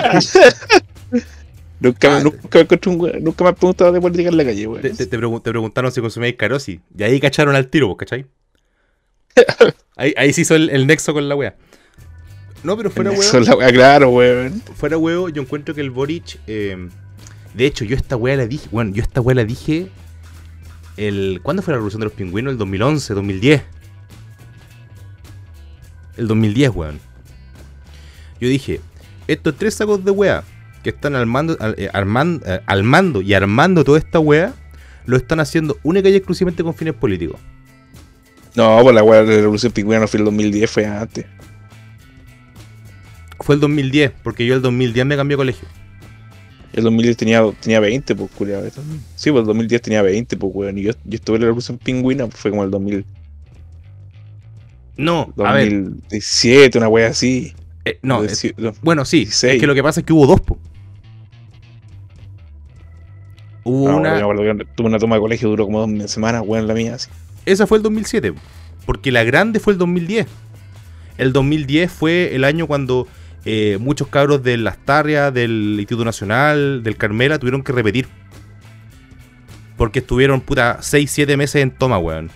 Nunca me han preguntado de política en la calle, weón. Te preguntaron si consumíais Carosi. Y ahí cacharon al tiro, ¿cachai? ahí se hizo el nexo con la wea. No, pero fuera wea. Claro, weón. Fuera huevo, yo encuentro que el Boric. De hecho, yo esta wea la dije. Bueno, yo esta wea la dije. ¿Cuándo fue la revolución de los pingüinos? El 2011, 2010. El 2010, weón. Yo dije, estos tres sacos de wea que están al mando y armando toda esta wea, lo están haciendo única y exclusivamente con fines políticos. No, pues la wea de la revolución pingüina no fue el 2010, fue antes. Fue el 2010, porque yo el 2010 me cambié de colegio. El 2010 tenía 20, pues, culiado. Sí, pues el 2010 tenía 20, pues, weón. Y yo estuve en la revolución pingüina, pues fue como el 2000. No, 2017, una wea así. No, bueno, sí. 16. Es que lo que pasa es que hubo dos, po. Hubo una. Bueno, yo tuve una toma de colegio, duró como 2 semanas, weón, la mía, así. Esa fue el 2007, porque la grande fue el 2010. El 2010 fue el año cuando muchos cabros de Las Tarrias, del Instituto Nacional, del Carmela, tuvieron que repetir. Porque estuvieron, 6-7 meses en toma, weón.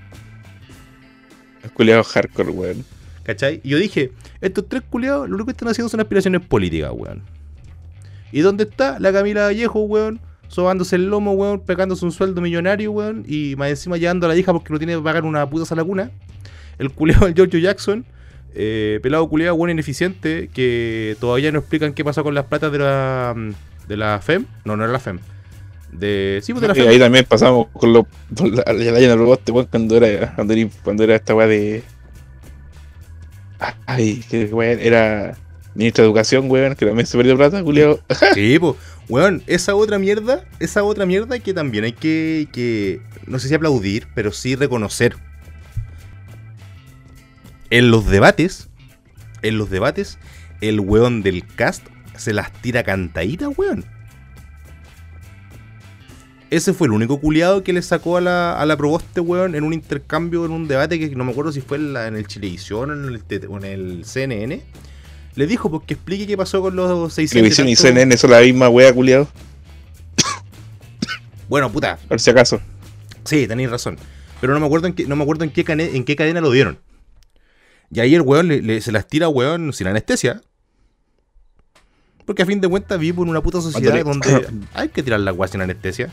Los culiados hardcore, weón. ¿Cachai? Y yo dije, estos tres culiados lo único que están haciendo son aspiraciones políticas, weón. ¿Y dónde está la Camila Vallejo, weón? sobándose el lomo, weón, pegándose un sueldo millonario, weón, y más encima llevando a la hija porque no tiene que pagar una puta sala cuna. El culeado del Giorgio Jackson, pelado culeado, weón, ineficiente, que todavía no explican qué pasó con las platas de la FEM. No, no era la FEM. Sí, pues de la Y FEM. ahí también pasamos con la llena de robots, weón, cuando era esta weá de. Ay, que weón, era ministro de educación, weón, que también se perdió plata, culiao. Sí, pues, weón, esa otra mierda que también hay que no sé si aplaudir, pero sí reconocer. En los debates, el weón del cast se las tira cantaditas, weón. Ese fue el único culiado que le sacó a la Proboste, weón, en un intercambio, en un debate que no me acuerdo si fue en el Chilevisión o en el CNN. Le dijo, porque explique qué pasó con los 600. Televisión y CNN son la misma wea, culiao. Bueno, puta. Por si acaso. Sí, tenéis razón. Pero no me acuerdo en qué cadena lo dieron. Y ahí el weón se las tira, weón, sin anestesia. Porque a fin de cuentas vivimos en una puta sociedad donde hay que tirar la weá sin anestesia.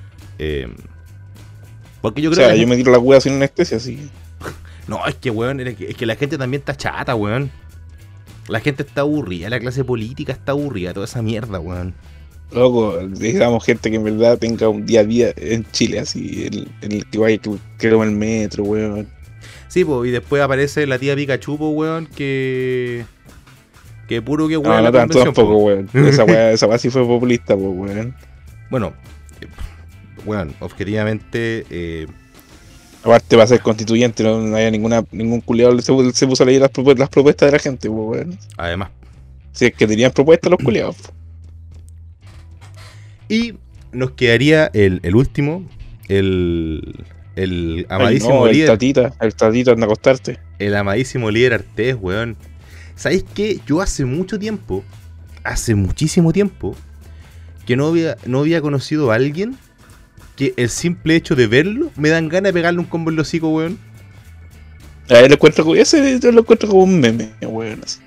Porque yo creo que yo me tiro la weá sin anestesia, sí. No, es que weón, es que la gente también está chata, weón. La gente está aburrida, la clase política está aburrida, toda esa mierda, weón. Loco, digamos gente que en verdad tenga un día a día en Chile, así, en el que vaya, que toma el metro, weón. Sí, pues, y después aparece la tía Pikachu, po, weón, que puro que weón. No tanto tampoco, weón. Esa weá sí fue populista, pues, weón. Bueno, weón, objetivamente. Aparte, para ser constituyente, no había ningún culiado se puso a leer las propuestas de la gente, pues, weón. Además. Si es que tenían propuestas los culiados. Y nos quedaría el último, el amadísimo líder. El tatita anda a acostarte. El amadísimo líder Artés, weón. ¿Sabéis qué? Yo hace muchísimo tiempo, que no había conocido a alguien que el simple hecho de verlo me dan ganas de pegarle un combo en los hocico, weón. A ver, yo lo encuentro como un meme, weón. Así.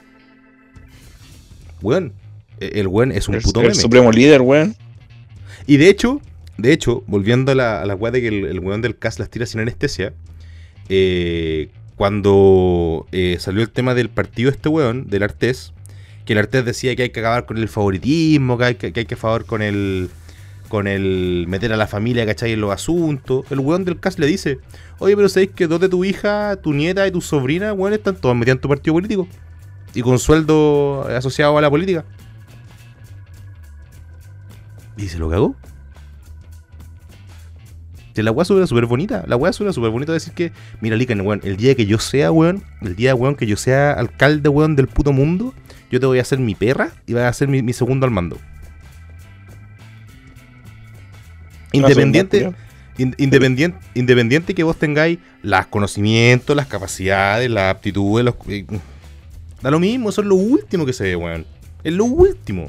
Weón, el weón es un puto meme. El supremo líder, weón. Y de hecho, volviendo a la weá de que el weón del cast las tira sin anestesia, cuando salió el tema del partido este weón, del Artés, que el Artés decía que hay que acabar con el favoritismo, que hay que acabar con el meter a la familia, ¿cachai? En los asuntos. El weón del cast le dice, oye, pero ¿sabéis que dos de tu hija, tu nieta y tu sobrina, weón, están todos metidos en tu partido político? Y con sueldo asociado a la política. Y se lo cagó. Si la weá suena súper bonita. La weá suena súper bonita decir que, mira, Lican, weón, el día que yo sea, weón, que yo sea alcalde, weón, del puto mundo, yo te voy a hacer mi perra y vas a ser mi segundo al mando. Independiente que vos tengáis los conocimientos, las capacidades, las aptitudes, da lo mismo, eso es lo último que se ve, weón. Es lo último.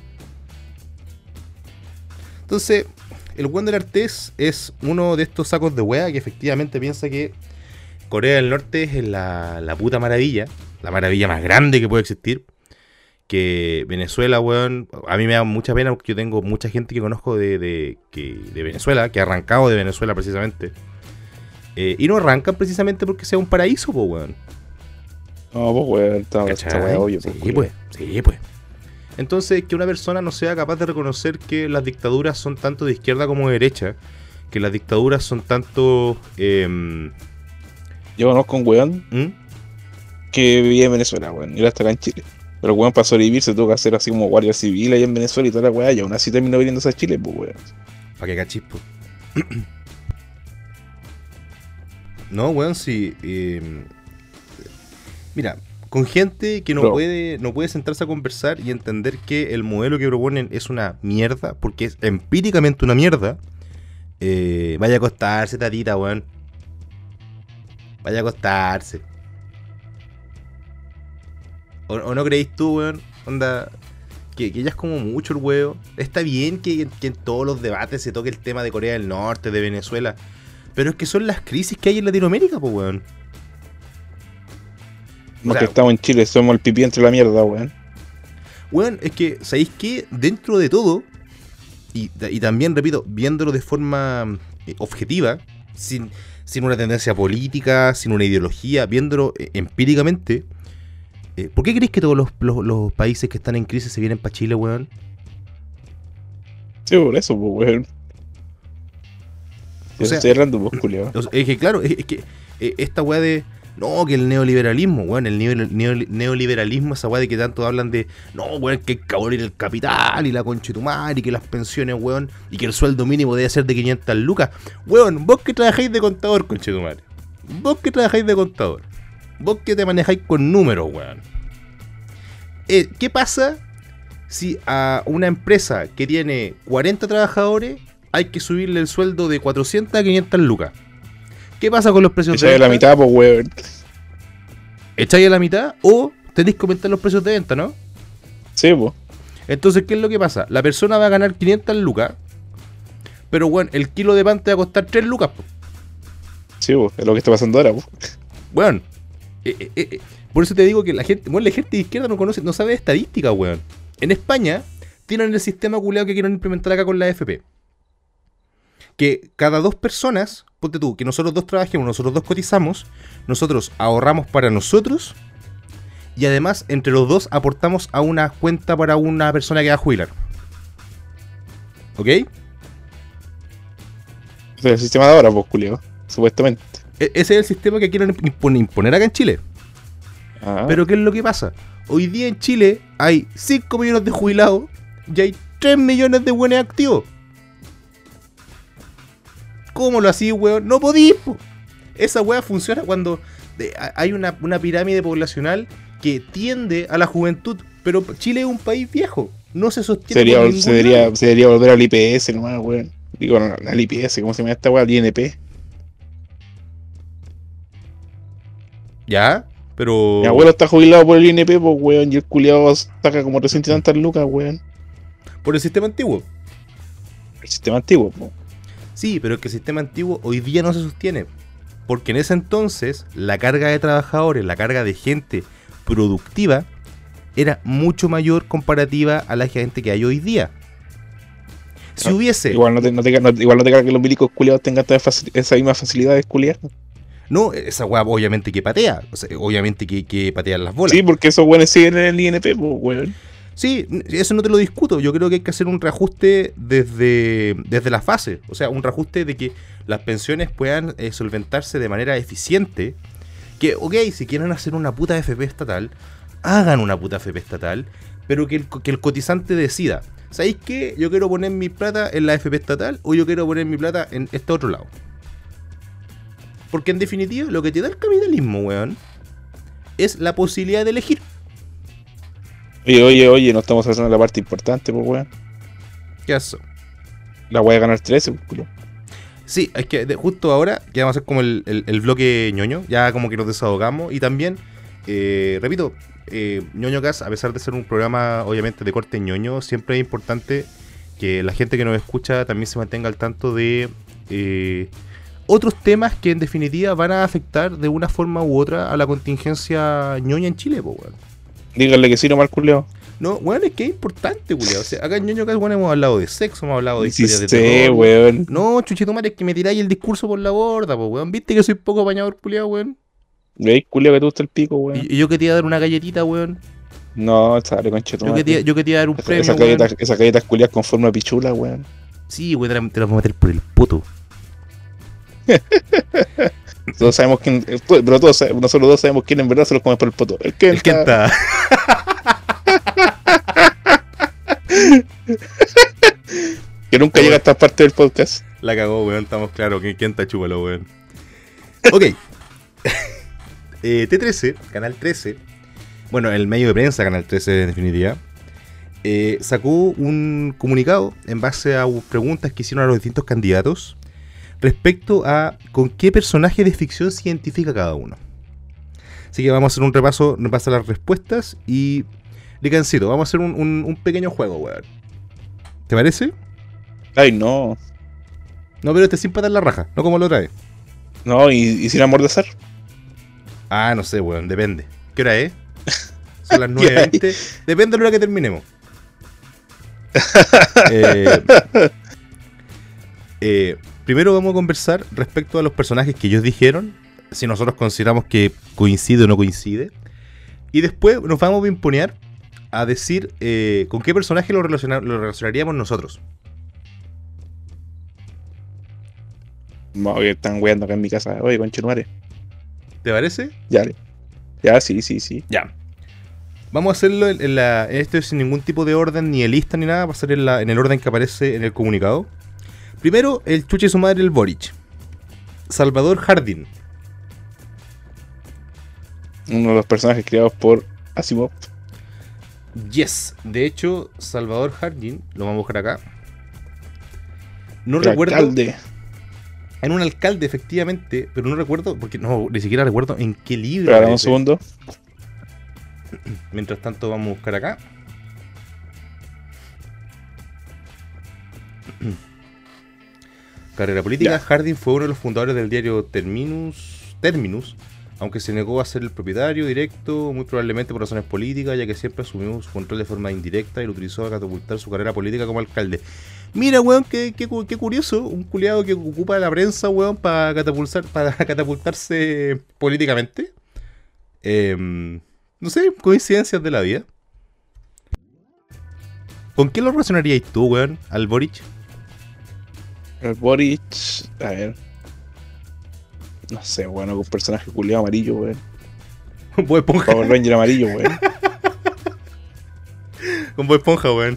Entonces, el weón del Artés es uno de estos sacos de wea que efectivamente piensa que Corea del Norte es la puta maravilla, la maravilla más grande que puede existir. Que Venezuela, weón, a mí me da mucha pena porque yo tengo mucha gente que conozco de Venezuela, que ha arrancado de Venezuela precisamente. Y no arrancan precisamente porque sea un paraíso, po, weón. No, pues, weón, está obvio. Sí, pues. Entonces, que una persona no sea capaz de reconocer que las dictaduras son tanto de izquierda como de derecha, que las dictaduras son tanto... Yo conozco un weón que vivía en Venezuela, weón, y ahora está acá en Chile. Pero weón, para sobrevivir se tuvo que hacer así como guardia civil allá en Venezuela y toda la weá, y aún así terminó viniéndose a Chile, pues weón. ¿Para qué cachispo? No, weón, sí. Mira, con gente que no puede sentarse a conversar y entender que el modelo que proponen es una mierda, porque es empíricamente una mierda, vaya a acostarse, tatita, weón. Vaya a acostarse. ¿O no creéis tú, weón? Onda, que ya es como mucho el huevo. Está bien que en todos los debates se toque el tema de Corea del Norte, de Venezuela, pero es que son las crisis que hay en Latinoamérica, pues, weón. No, que estamos en Chile, somos el pipí entre la mierda, weón. Weón, es que, ¿sabéis qué? Dentro de todo, Y también, repito, viéndolo de forma objetiva, sin una tendencia política, sin una ideología, viéndolo empíricamente, ¿por qué crees que todos los países que están en crisis se vienen para Chile, weón? Sí, por eso, pues, weón. O sea, estoy hablando, pues, culiao. Es que claro, es que esta weá de... No, que el neoliberalismo, weón, el neoliberalismo, esa weá de que tanto hablan de... No, weón, que hay que abolir el capital y la conchetumar y que las pensiones, weón, y que el sueldo mínimo debe ser de 500 lucas. Weón, vos que trabajáis de contador, conchetumar. Vos que trabajáis de contador. Vos que te manejáis con números, weón. ¿Qué pasa si a una empresa que tiene 40 trabajadores hay que subirle el sueldo de 400 a 500 lucas? ¿Qué pasa con los precios de venta? La mitad, pues, weón. ¿Echáis a la mitad o tenéis que aumentar los precios de venta, no? Sí, pues. Entonces, ¿qué es lo que pasa? La persona va a ganar 500 lucas, pero, bueno, el kilo de pan te va a costar 3 lucas, po. Sí, pues, es lo que está pasando ahora, pues. Bueno, por eso te digo que la gente de izquierda no sabe de estadística, weón. En España tienen el sistema culeado que quieren implementar acá con la AFP. Que cada 2 personas, ponte tú, que nosotros 2 trabajemos, nosotros 2 cotizamos, nosotros ahorramos para nosotros y además entre los 2 aportamos a una cuenta para una persona que va a jubilar. ¿Ok? Es el sistema de ahora, pues, culiao, supuestamente. Ese es el sistema que quieren imponer acá en Chile. Ah. Pero ¿qué es lo que pasa? Hoy día en Chile hay 5 millones de jubilados y hay 3 millones de buenos activos. ¿Cómo lo hacís, weón? No podís, po. Esa weá funciona cuando hay una pirámide poblacional que tiende a la juventud. Pero Chile es un país viejo. No se sostiene por ningún lado. Se debería volver al IPS nomás, weón. Digo, no, al IPS, ¿cómo se llama esta weá? Al INP. Ya, pero... Mi abuelo está jubilado por el INP, pues, weón. Y el culiado saca como 300 y tantas lucas, weón. Por el sistema antiguo. El sistema antiguo, pues. Sí, pero es que el sistema antiguo hoy día no se sostiene. Porque en ese entonces la carga de trabajadores, la carga de gente productiva era mucho mayor comparativa a la gente que hay hoy día. Si hubiese... Igual no te carga que los milicos culiados tengan esas mismas facilidades culiadas. No, esa weá obviamente que patea. O sea, obviamente que patean las bolas. Sí, porque esos weones siguen en el INP, pues, weón. Sí, eso no te lo discuto. Yo creo que hay que hacer un reajuste desde la fase. O sea, un reajuste de que las pensiones puedan solventarse de manera eficiente. Que, ok, si quieren hacer una puta FP estatal, hagan una puta FP estatal, pero que el cotizante decida. ¿Sabéis qué? Yo quiero poner mi plata en la FP estatal o yo quiero poner mi plata en este otro lado. Porque en definitiva, lo que te da el capitalismo, weón, es la posibilidad de elegir. Oye, no estamos haciendo la parte importante, pues, weón. ¿Qué haces? La voy a ganar 13, pues, culo. Sí, es que justo ahora ya vamos a hacer como el bloque ñoño, ya como que nos desahogamos y también, repito, ñoño Cast, a pesar de ser un programa obviamente de corte ñoño, siempre es importante que la gente que nos escucha también se mantenga al tanto de otros temas que en definitiva van a afectar de una forma u otra a la contingencia ñoña en Chile, pues, weón. Díganle que sí, nomás, culiao. No, weón, es que es importante, culiao. O sea, acá en ñoño Cast, weón, hemos hablado de sexo, hemos hablado de Sí, historias de terror. weón. No, chuchito madre, es que me tiráis el discurso por la borda, pues, weón. ¿Viste que soy poco apañador, culiao, weón? ¿Veis, culiao, que te gusta el pico, weón? Y yo que te iba a dar una galletita, weón. No, sale, concheto. Yo que te iba a dar un premio, Esas galletas culiadas con forma de pichula, weón. Sí, weón, te las voy a meter por el poto. Todos sabemos quién, pero nosotros dos sabemos quién en verdad se los come por el poto. El Kenta. Que nunca llega a esta parte del podcast. La cagó, weón, estamos claros. Kenta, chúpalo, weón. Ok. T13, Canal 13. Bueno, el medio de prensa, Canal 13 en definitiva. Sacó un comunicado en base a preguntas que hicieron a los distintos candidatos respecto a con qué personaje de ficción se identifica cada uno. Así que vamos a hacer un repaso a las respuestas y... Licancito, vamos a hacer un pequeño juego, weón. ¿Te parece? Ay, no. No, pero sin patar la raja, no como lo trae. No, y sin amordazar. Ah, no sé, weón, depende. ¿Qué hora es? Son las 9:20. Depende de la hora que terminemos. Primero vamos a conversar respecto a los personajes que ellos dijeron, si nosotros consideramos que coincide o no coincide. Y después nos vamos a imponer a decir con qué personaje lo relacionaríamos nosotros. No, que están weando acá en mi casa. Oye, conchetumare. ¿Te parece? Ya, sí. Ya. Vamos a hacerlo esto es sin ningún tipo de orden, ni de lista ni nada. Va a ser en el orden que aparece en el comunicado. Primero, el chuche su madre, el Boric. Salvador Hardin. Uno de los personajes creados por Asimov. Yes. De hecho, Salvador Hardin, lo vamos a buscar acá. No El recuerdo. alcalde. En un alcalde, efectivamente, pero no recuerdo, porque no, ni siquiera recuerdo en qué libro. Espera un aparece. segundo. Mientras tanto, vamos a buscar acá. Carrera política. Ya. Hardin fue uno de los fundadores del diario Terminus, aunque se negó a ser el propietario directo, muy probablemente por razones políticas, ya que siempre asumió su control de forma indirecta y lo utilizó a catapultar su carrera política como alcalde. Mira, weón, qué curioso, un culiado que ocupa la prensa, weón, para catapultarse políticamente. No sé, coincidencias de la vida. ¿Con qué lo relacionaríais tú, weón, al Boric? El Boric. A ver. No sé, bueno, con un personaje culiado amarillo, weón. Bob Esponja. Power Ranger amarillo, weón. Con Bob Esponja, weón.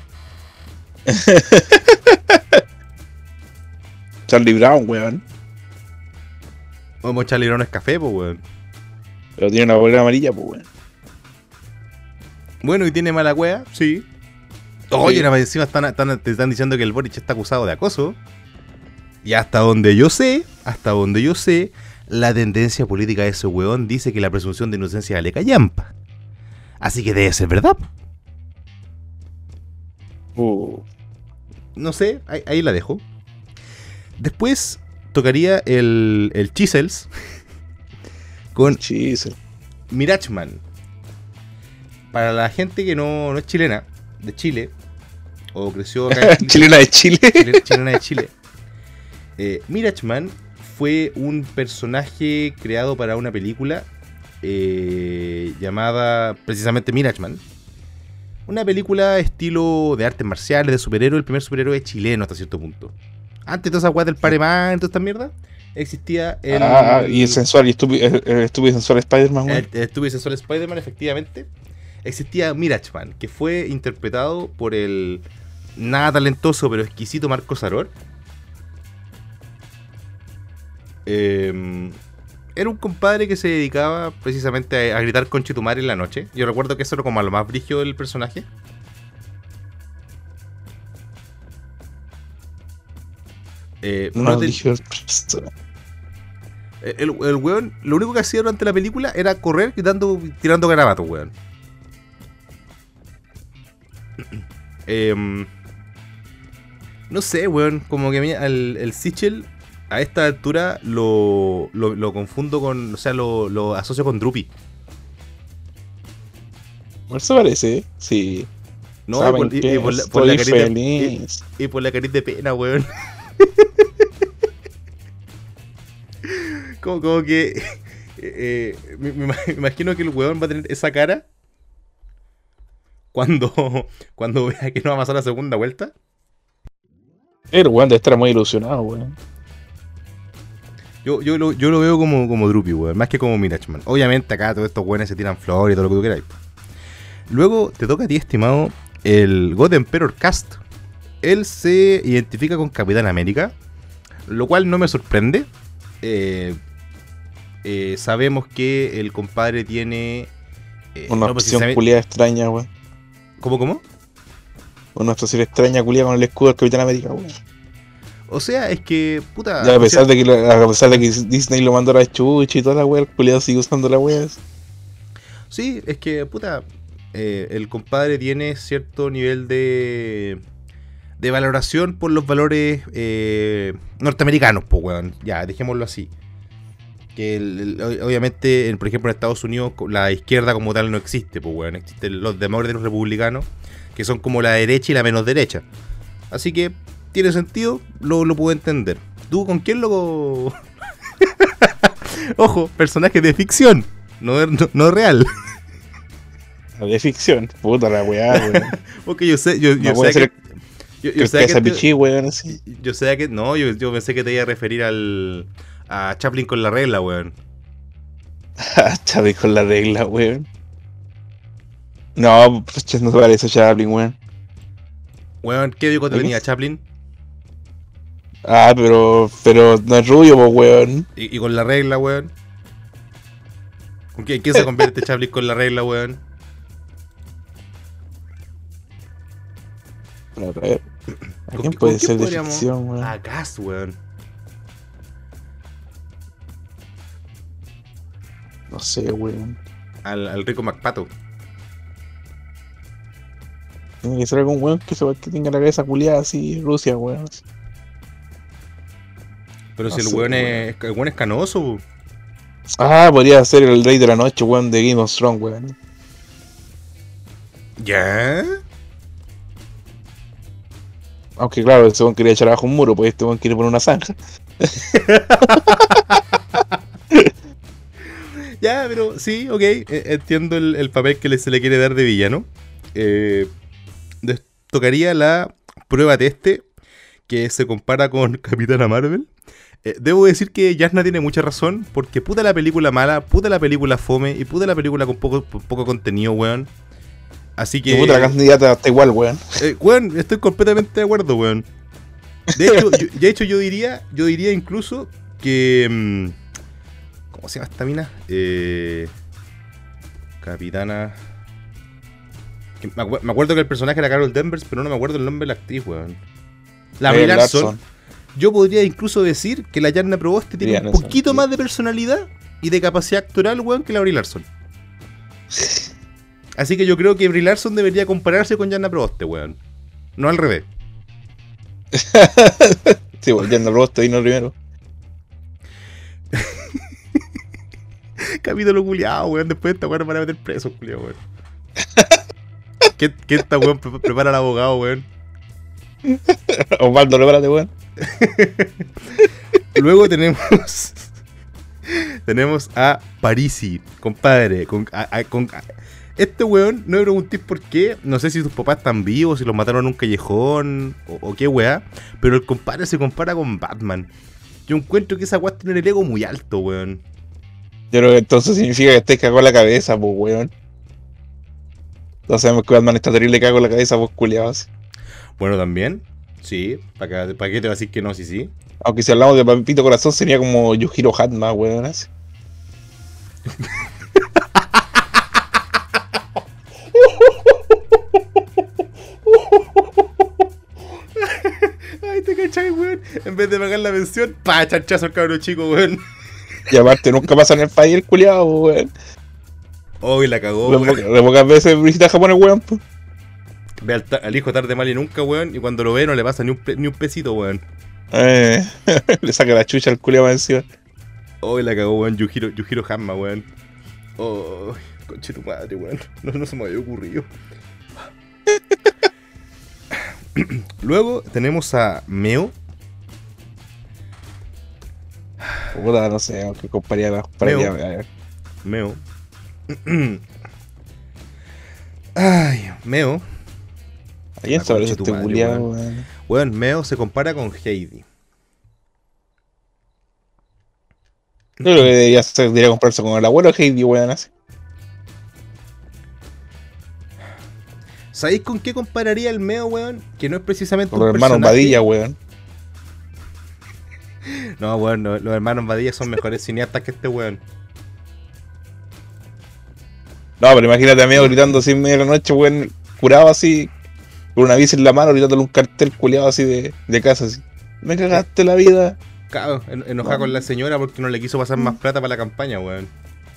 Charlie Brown, weón. Vamos a echarle es café, pues, weón. Pero tiene una bolera amarilla, pues, weón. Bueno, y tiene mala wea, sí. Oye, nada más encima te están diciendo que el Boric está acusado de acoso. Y hasta donde yo sé, la tendencia política de ese weón dice que la presunción de inocencia le callampa. Así que debe ser verdad. No sé, ahí la dejo. Después tocaría el Chisels con Chisel. Mirachman. Para la gente que no es chilena, de Chile, o creció acá en Chile, Chilena de Chile. chilena de Chile. Mirachman fue un personaje creado para una película llamada precisamente Mirachman. Una película estilo de artes marciales, de superhéroe, el primer superhéroe chileno hasta cierto punto. Antes de toda esa weá del Pareman y toda esta mierda, existía el... y el sensual y estúpido y sensual Spider-Man, weón. El estúpido y sensual Spider-Man, efectivamente. Existía Mirachman, que fue interpretado por el nada talentoso pero exquisito Marco Saror. Era un compadre que se dedicaba precisamente a gritar conchetumare en la noche. Yo recuerdo que eso era como a lo más brígido del personaje. No te- dije el weón, lo único que hacía durante la película era correr tirando garabatos, weón. No sé, weón, como que a mí el Sichel a esta altura lo confundo con, o sea, lo asocio con Drupi. Eso parece, sí. No, ¿Saben y qué? por Estoy la carita feliz. y por la carita de pena, weón. como que me imagino que el weón va a tener esa cara cuando vea que no va a pasar la segunda vuelta. El weón de estar muy ilusionado, weón. Yo lo veo como Drupi, weón, más que como Mirachman. Obviamente acá todos estos weones se tiran flores y todo lo que tú queráis. Luego te toca a ti, estimado, el God Emperor Cast. Él se identifica con Capitán América, lo cual no me sorprende. Sabemos que el compadre tiene... Una opción culiada extraña, weón. ¿Cómo? Una opción extraña culiada con el escudo del Capitán América, weón. O sea, es que, puta... Ya, a pesar de que Disney lo mandó a la chucha y toda la weá, el culiado sigue usando la weá. Sí, es que, puta... el compadre tiene cierto nivel de valoración por los valores norteamericanos, pues, weón. Ya, dejémoslo así. Que obviamente, por ejemplo, en Estados Unidos la izquierda como tal no existe, pues, weón. Existen los demócratas y los republicanos, que son como la derecha y la menos derecha. Así que tiene sentido, lo puedo entender. ¿Tú con quién lo...? Ojo, personaje de ficción, no real. De ficción. Puta la weá, weón. Porque yo sé, yo No sé puede ser que... Yo sé que pichí, weón, así. yo sé que... No, yo pensé que te iba a referir a Chaplin con la regla, weón. Chavi con la regla, weón. No, pues no se parece a Chaplin, weón. Weón, ¿qué bigote ¿Oye? tenía Chaplin? Ah, pero no es rubio, pues, weón. Y con la regla, weón. ¿Con quién se convierte Chaplin con la regla, weón? Pero, a ver, ¿a quién ¿Con puede quién ser de podríamos? ficción, weón? A Gas, weón. No sé, weón. Al Rico McPato. Tiene que ser algún weón que tenga la cabeza culiada así, Rusia, weón. Pero No si el sé, weón weón. el weón es canoso, weón. Ah, podría ser el rey de la noche, weón, de Game of Thrones, weón. ¿Ya? Aunque claro, ese weón quería echar abajo un muro, pues este weón quiere poner una zanja. Ya, pero sí, ok. Entiendo el papel que se le quiere dar de villano. Tocaría la prueba teste que se compara con Capitana Marvel. Debo decir que Yasna tiene mucha razón, porque puta la película mala, puta la película fome y puta la película con poco contenido, weón. Así Que puta, la que, candidata está igual, weón. weón, estoy completamente de acuerdo, weón. De hecho yo diría incluso que... ¿cómo se llama esta mina? Capitana... Me acuerdo que el personaje era Carol Danvers, pero no me acuerdo el nombre de la actriz, weón. La Brie Larson. Yo podría incluso decir que la Yarna Proboste tiene un poquito más de personalidad y de capacidad actoral, weón, que la Brie Larson. Así que yo creo que Brie Larson debería compararse con Yarna Proboste, weón. No al revés. Sí, weón, ya no lo estoy no primero. Capítulo culiado, weón. Después de esta weón van a meter preso, culiado, weón. ¿Qué esta weón prepara al abogado, weón? Osvaldo, prepárate, weón. Luego tenemos a Parisi, compadre. Este weón, no me preguntéis por qué. No sé si sus papás están vivos, si los mataron en un callejón o qué weá. Pero el compadre se compara con Batman. Yo encuentro que esa weá tiene el ego muy alto, weón. Yo creo que entonces significa que estés cagado en la cabeza, pues, weón. Todos sabemos que Batman está terrible cago en la cabeza, pues, culiados. Bueno, también. Sí, ¿para qué te vas a decir que no? Sí. Aunque si hablamos de Pampito Corazón sería como Yujiro Hatma, weón. Así. Ay, te cachai, weón. En vez de pagar la pensión, pa, chanchazo al cabrón chico, weón. Y aparte nunca pasa en el país el culiado, weón. Oh, y la cagó, De weón. pocas veces visita Japón el weón, pues. Ve al hijo tarde mal y nunca, weón. Y cuando lo ve no le pasa ni un pesito, weón. Le saca la chucha al culiado encima. Oh, y la cagó, weón. Yujiro Hanma, weón. Oh, conche tu madre, weón. No se me había ocurrido. Luego tenemos a Meo. Puta, no sé, aunque compararía. Meo. Ay, Meo. ¿A quién se parece este madre, culiado, weón. weón? Weón, Meo se compara con Heidi. Yo creo que debería comprarse con el abuelo Heidi, weón, así. ¿Sabéis con qué compararía el Meo, weón? Que no es precisamente Con los un hermanos personaje. Badilla, weón. No, weón, los hermanos Badilla son mejores cineastas que este weón. No, pero imagínate a mí gritando así en medio de la noche, weón, curado así, con una bici en la mano, gritándole un cartel culiado así de casa, así. Me cagaste la vida. Claro, enojada con la señora porque no le quiso pasar más plata para la campaña, weón.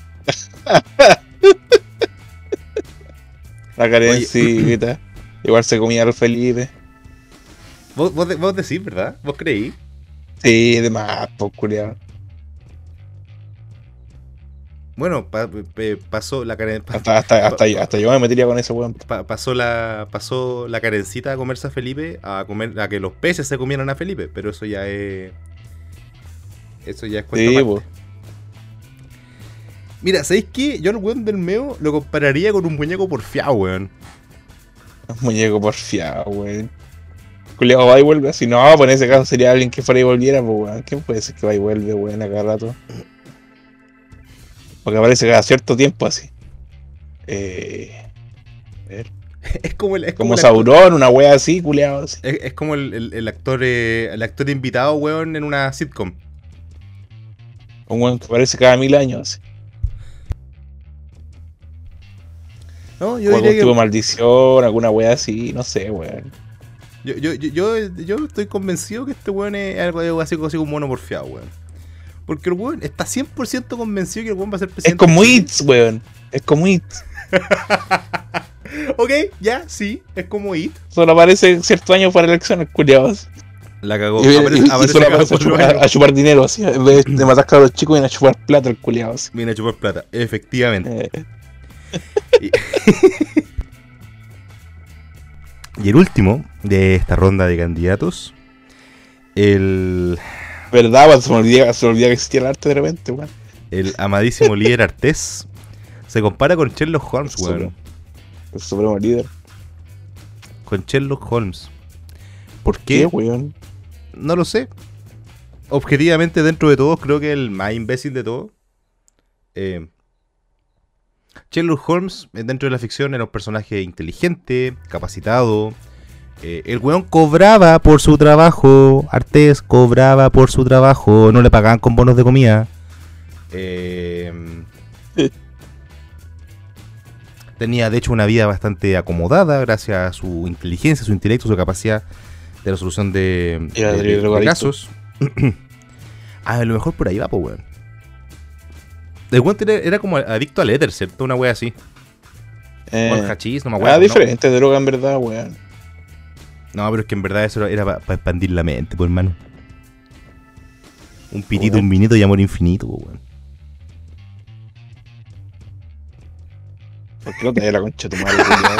La carencita. Igual se comía al Felipe. Vos decís, ¿verdad? ¿Vos creí? Sí, de más, pues, culiado. Bueno, pasó la Hasta yo me metería con ese weón. pasó la Karencita a comerse a Felipe, a que los peces se comieran a Felipe, pero eso ya es cuento Sí, aparte. po. Mira, ¿sabéis qué? Yo al weón del meo lo compararía con un muñeco porfiado, weón. Un muñeco porfiado, weón. Culeado va y vuelve así. No, pues en ese caso sería alguien que fuera y volviera, pues weón. ¿Quién puede ser que va y vuelve, weón, a cada rato? Porque aparece cada cierto tiempo así. A ver. Es como el Como actor, Sauron, una wea así, culeado así. es como el actor invitado, weón, en una sitcom. Un weón que aparece cada 1000 años así. No, O yo algún diría tipo de que maldición, alguna wea así, no sé, weón. yo estoy convencido que este weón es algo así como un mono porfiado, weón. Porque el weón está 100% convencido que el weón va a ser Es presidente. como It, weón. Es como It. Ok, ya, sí, es como It. Solo aparece ciertos años para elecciones, culiados. La cagó. Y Aparece solo cada aparece 4 años. a chupar dinero, así. En vez de matar a los chicos, viene a chupar plata el culiado, así. Viene a chupar plata, efectivamente. Y, y el último de esta ronda de candidatos, el ¿Verdad, weón? Se me olvida que existía el arte de repente, weón. amadísimo líder Artés se compara con Sherlock Holmes, weón. El supremo líder. Con Sherlock Holmes. ¿Por ¿Qué, qué? weón? No lo sé. Objetivamente, dentro de todos, creo que el más imbécil de todos. Sherlock Holmes, dentro de la ficción, era un personaje inteligente, capacitado. El weón cobraba por su trabajo. Artés cobraba por su trabajo. No le pagaban con bonos de comida. Tenía, de hecho, una vida bastante acomodada gracias a su inteligencia, su intelecto, su capacidad de resolución de casos. A lo mejor por ahí va, pues, weón. El weón era como adicto al éter, ¿cierto? Una wea así. O al hachís, no me acuerdo. Diferente de droga en verdad, weón. No, pero es que en verdad eso era para expandir la mente, pues, hermano. Un pitito, Weón. un vinito y amor infinito, pues, weón. ¿Por qué no te da la concha de tu madre, culiao?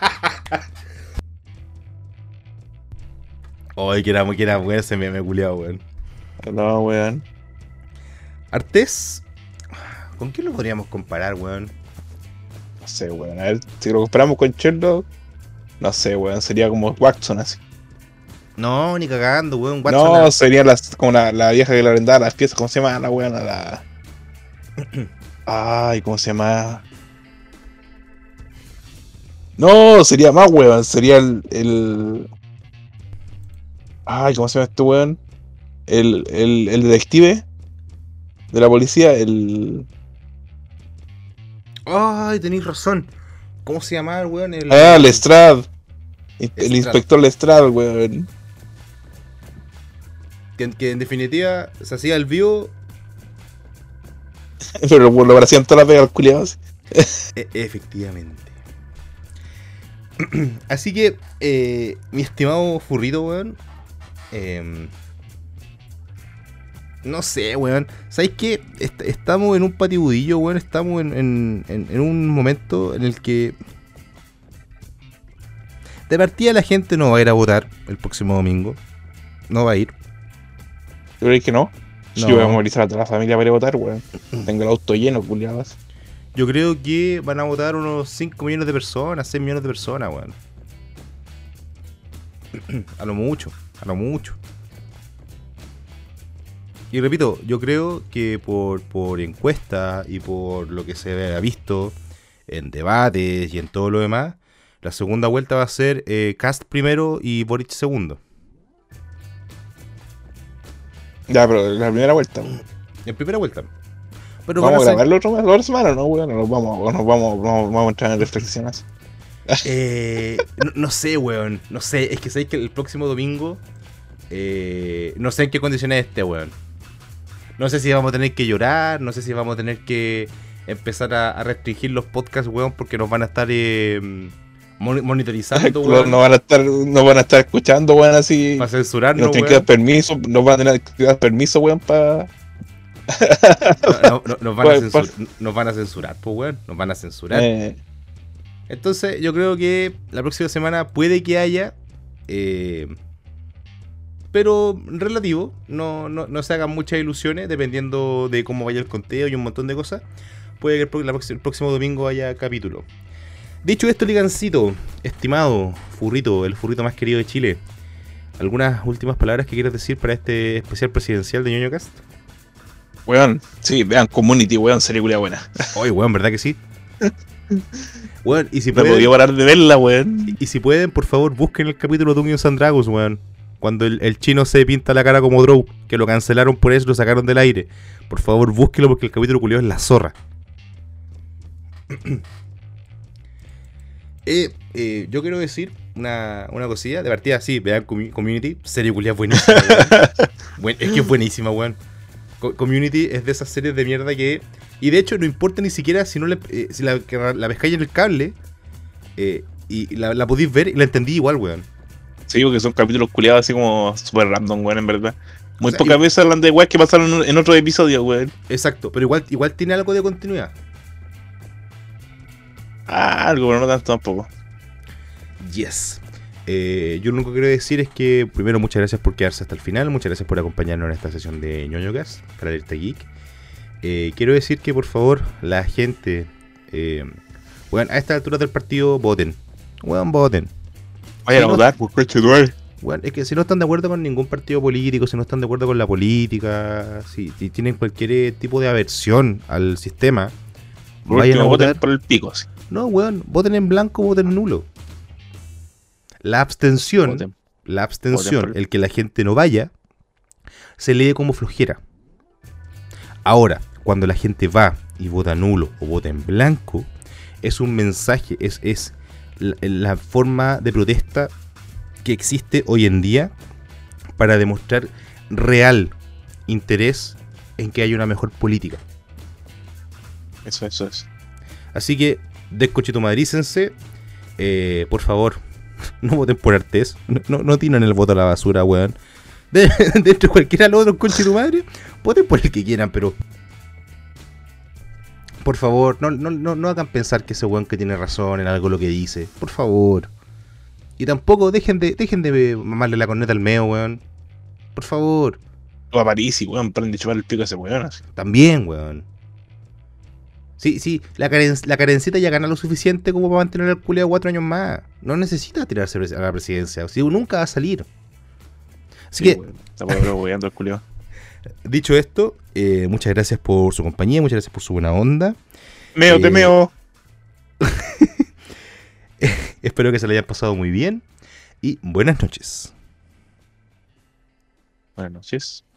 Ay, que era weón ese meme culiado, weón. No, weón. Artés, ¿con quién lo podríamos comparar, weón? No sé, weón. A ver, si lo comparamos con Sherlock, no sé, weón. Sería como Watson, así. No, ni cagando, weón. Watson No, sería como la vieja que le arrendaba las piezas. ¿Cómo se llama la weón? Ay, ¿cómo se llama? No, sería más, weón. Sería el... Ay, ¿cómo se llama este weón? El detective de la policía, Ay, tenéis razón. ¿Cómo se llama el weón? Lestrade. El Lestrade. inspector Lestrade, weón. Que en definitiva se hacía el vivo. Pero lo parecían todas las pegas culiadas. Efectivamente. Así que, mi estimado furrito, weón. No sé, weón. ¿Sabéis qué? Estamos en un patibudillo, weón. Estamos en un momento en el que de partida la gente no va a ir a votar el próximo domingo. No va a ir. ¿Tú crees que no? No. Yo voy a movilizar a toda la familia para ir a votar, weón. Tengo el auto lleno, culiadas. Yo creo que van a votar unos 5 millones de personas, 6 millones de personas, weón. A lo mucho, a lo mucho. Y repito, yo creo que por encuesta y por lo que se ha visto en debates y en todo lo demás, la segunda vuelta va a ser Kast primero y Boric segundo. Ya, pero la primera vuelta, weón. En primera vuelta. Pero ¿Vamos a van a ser- grabarlo la otra semana o no, weón? ¿O vamos a entrar en reflexiones? no sé, weón. No sé, es que sabéis que el próximo domingo no sé en qué condiciones esté, weón. No sé si vamos a tener que llorar, no sé si vamos a tener que empezar a restringir los podcasts, weón, porque nos van a estar monitorizando, weón. No van a estar escuchando, weón, así. Para censurarnos, Nos tienen que dar weón. permiso, nos van a tener que dar permiso, weón, para Nos van a censurar, pues, weón. Nos van a censurar. Entonces, yo creo que la próxima semana puede que haya. Pero relativo. No se hagan muchas ilusiones. Dependiendo de cómo vaya el conteo y un montón de cosas. Puede que el próximo domingo haya capítulo. Dicho esto, Ligancito, estimado furrito, el furrito más querido de Chile, ¿algunas últimas palabras que quieras decir para este especial presidencial de ñoñocast? Weón, sí, vean Community, weón, serie culia buena. Oye, weón, ¿verdad que sí? Weón, y si No pueden, podía parar de verla, weón. y si pueden, por favor, busquen el capítulo de Dungeons and Dragons, weón. Cuando el chino se pinta la cara como Drow, que lo cancelaron por eso, lo sacaron del aire. Por favor, búsquenlo porque el capítulo culiao es la zorra. Yo quiero decir una cosilla. De partida, sí, vean Community. Serie culia buenísima, weón. Es que es buenísima, weón. Community es de esas series de mierda que... Y de hecho no importa ni siquiera si no si la pescáis en el cable y la podéis ver y la entendí igual, weón. Sí, porque son capítulos culiados así como super random, weón, en verdad. Muy O sea, pocas veces hablan de weas que pasaron en otros episodios, weón. Exacto, pero igual tiene algo de continuidad. Algo, pero no tanto tampoco. Yes. Yo lo único que quiero decir es que primero muchas gracias por quedarse hasta el final, muchas gracias por acompañarnos en esta sesión de ñoñocast para Alerta Geek. Quiero decir que por favor la gente, bueno, a esta altura del partido voten, bueno, voten. Vayan a votar por coche duel. Bueno, es que si no están de acuerdo con ningún partido político, si no están de acuerdo con la política, si tienen cualquier tipo de aversión al sistema, vayan a votar por el pico, sí. No, weón, voten en blanco, voten en nulo. La abstención, Voten. Voten el que la gente no vaya, se lee como flojera. Ahora, cuando la gente va y vota nulo o vota en blanco, es un mensaje, es la forma de protesta que existe hoy en día para demostrar real interés en que haya una mejor política. Eso es. Así que, descochitomadrícense, por favor, no voten por Artés, no tiren el voto a la basura, weón. Dentro de cualquiera de los otros conche tu madre, voten por el que quieran, pero por favor, no hagan pensar que ese weón que tiene razón en algo lo que dice, por favor. Y tampoco dejen de mamarle la corneta al meo, weón. Por favor. O a París y weón, prende chupar el pico a ese weón así. También, weón. Sí, la carencita ya gana lo suficiente como para mantener al culiao 4 años más. No necesita tirarse a la presidencia. Si nunca va a salir. Así que, weón, está hueveando el culiao. Dicho esto, muchas gracias por su compañía, muchas gracias por su buena onda. Te meo. Espero que se le hayan pasado muy bien y buenas noches. Buenas noches.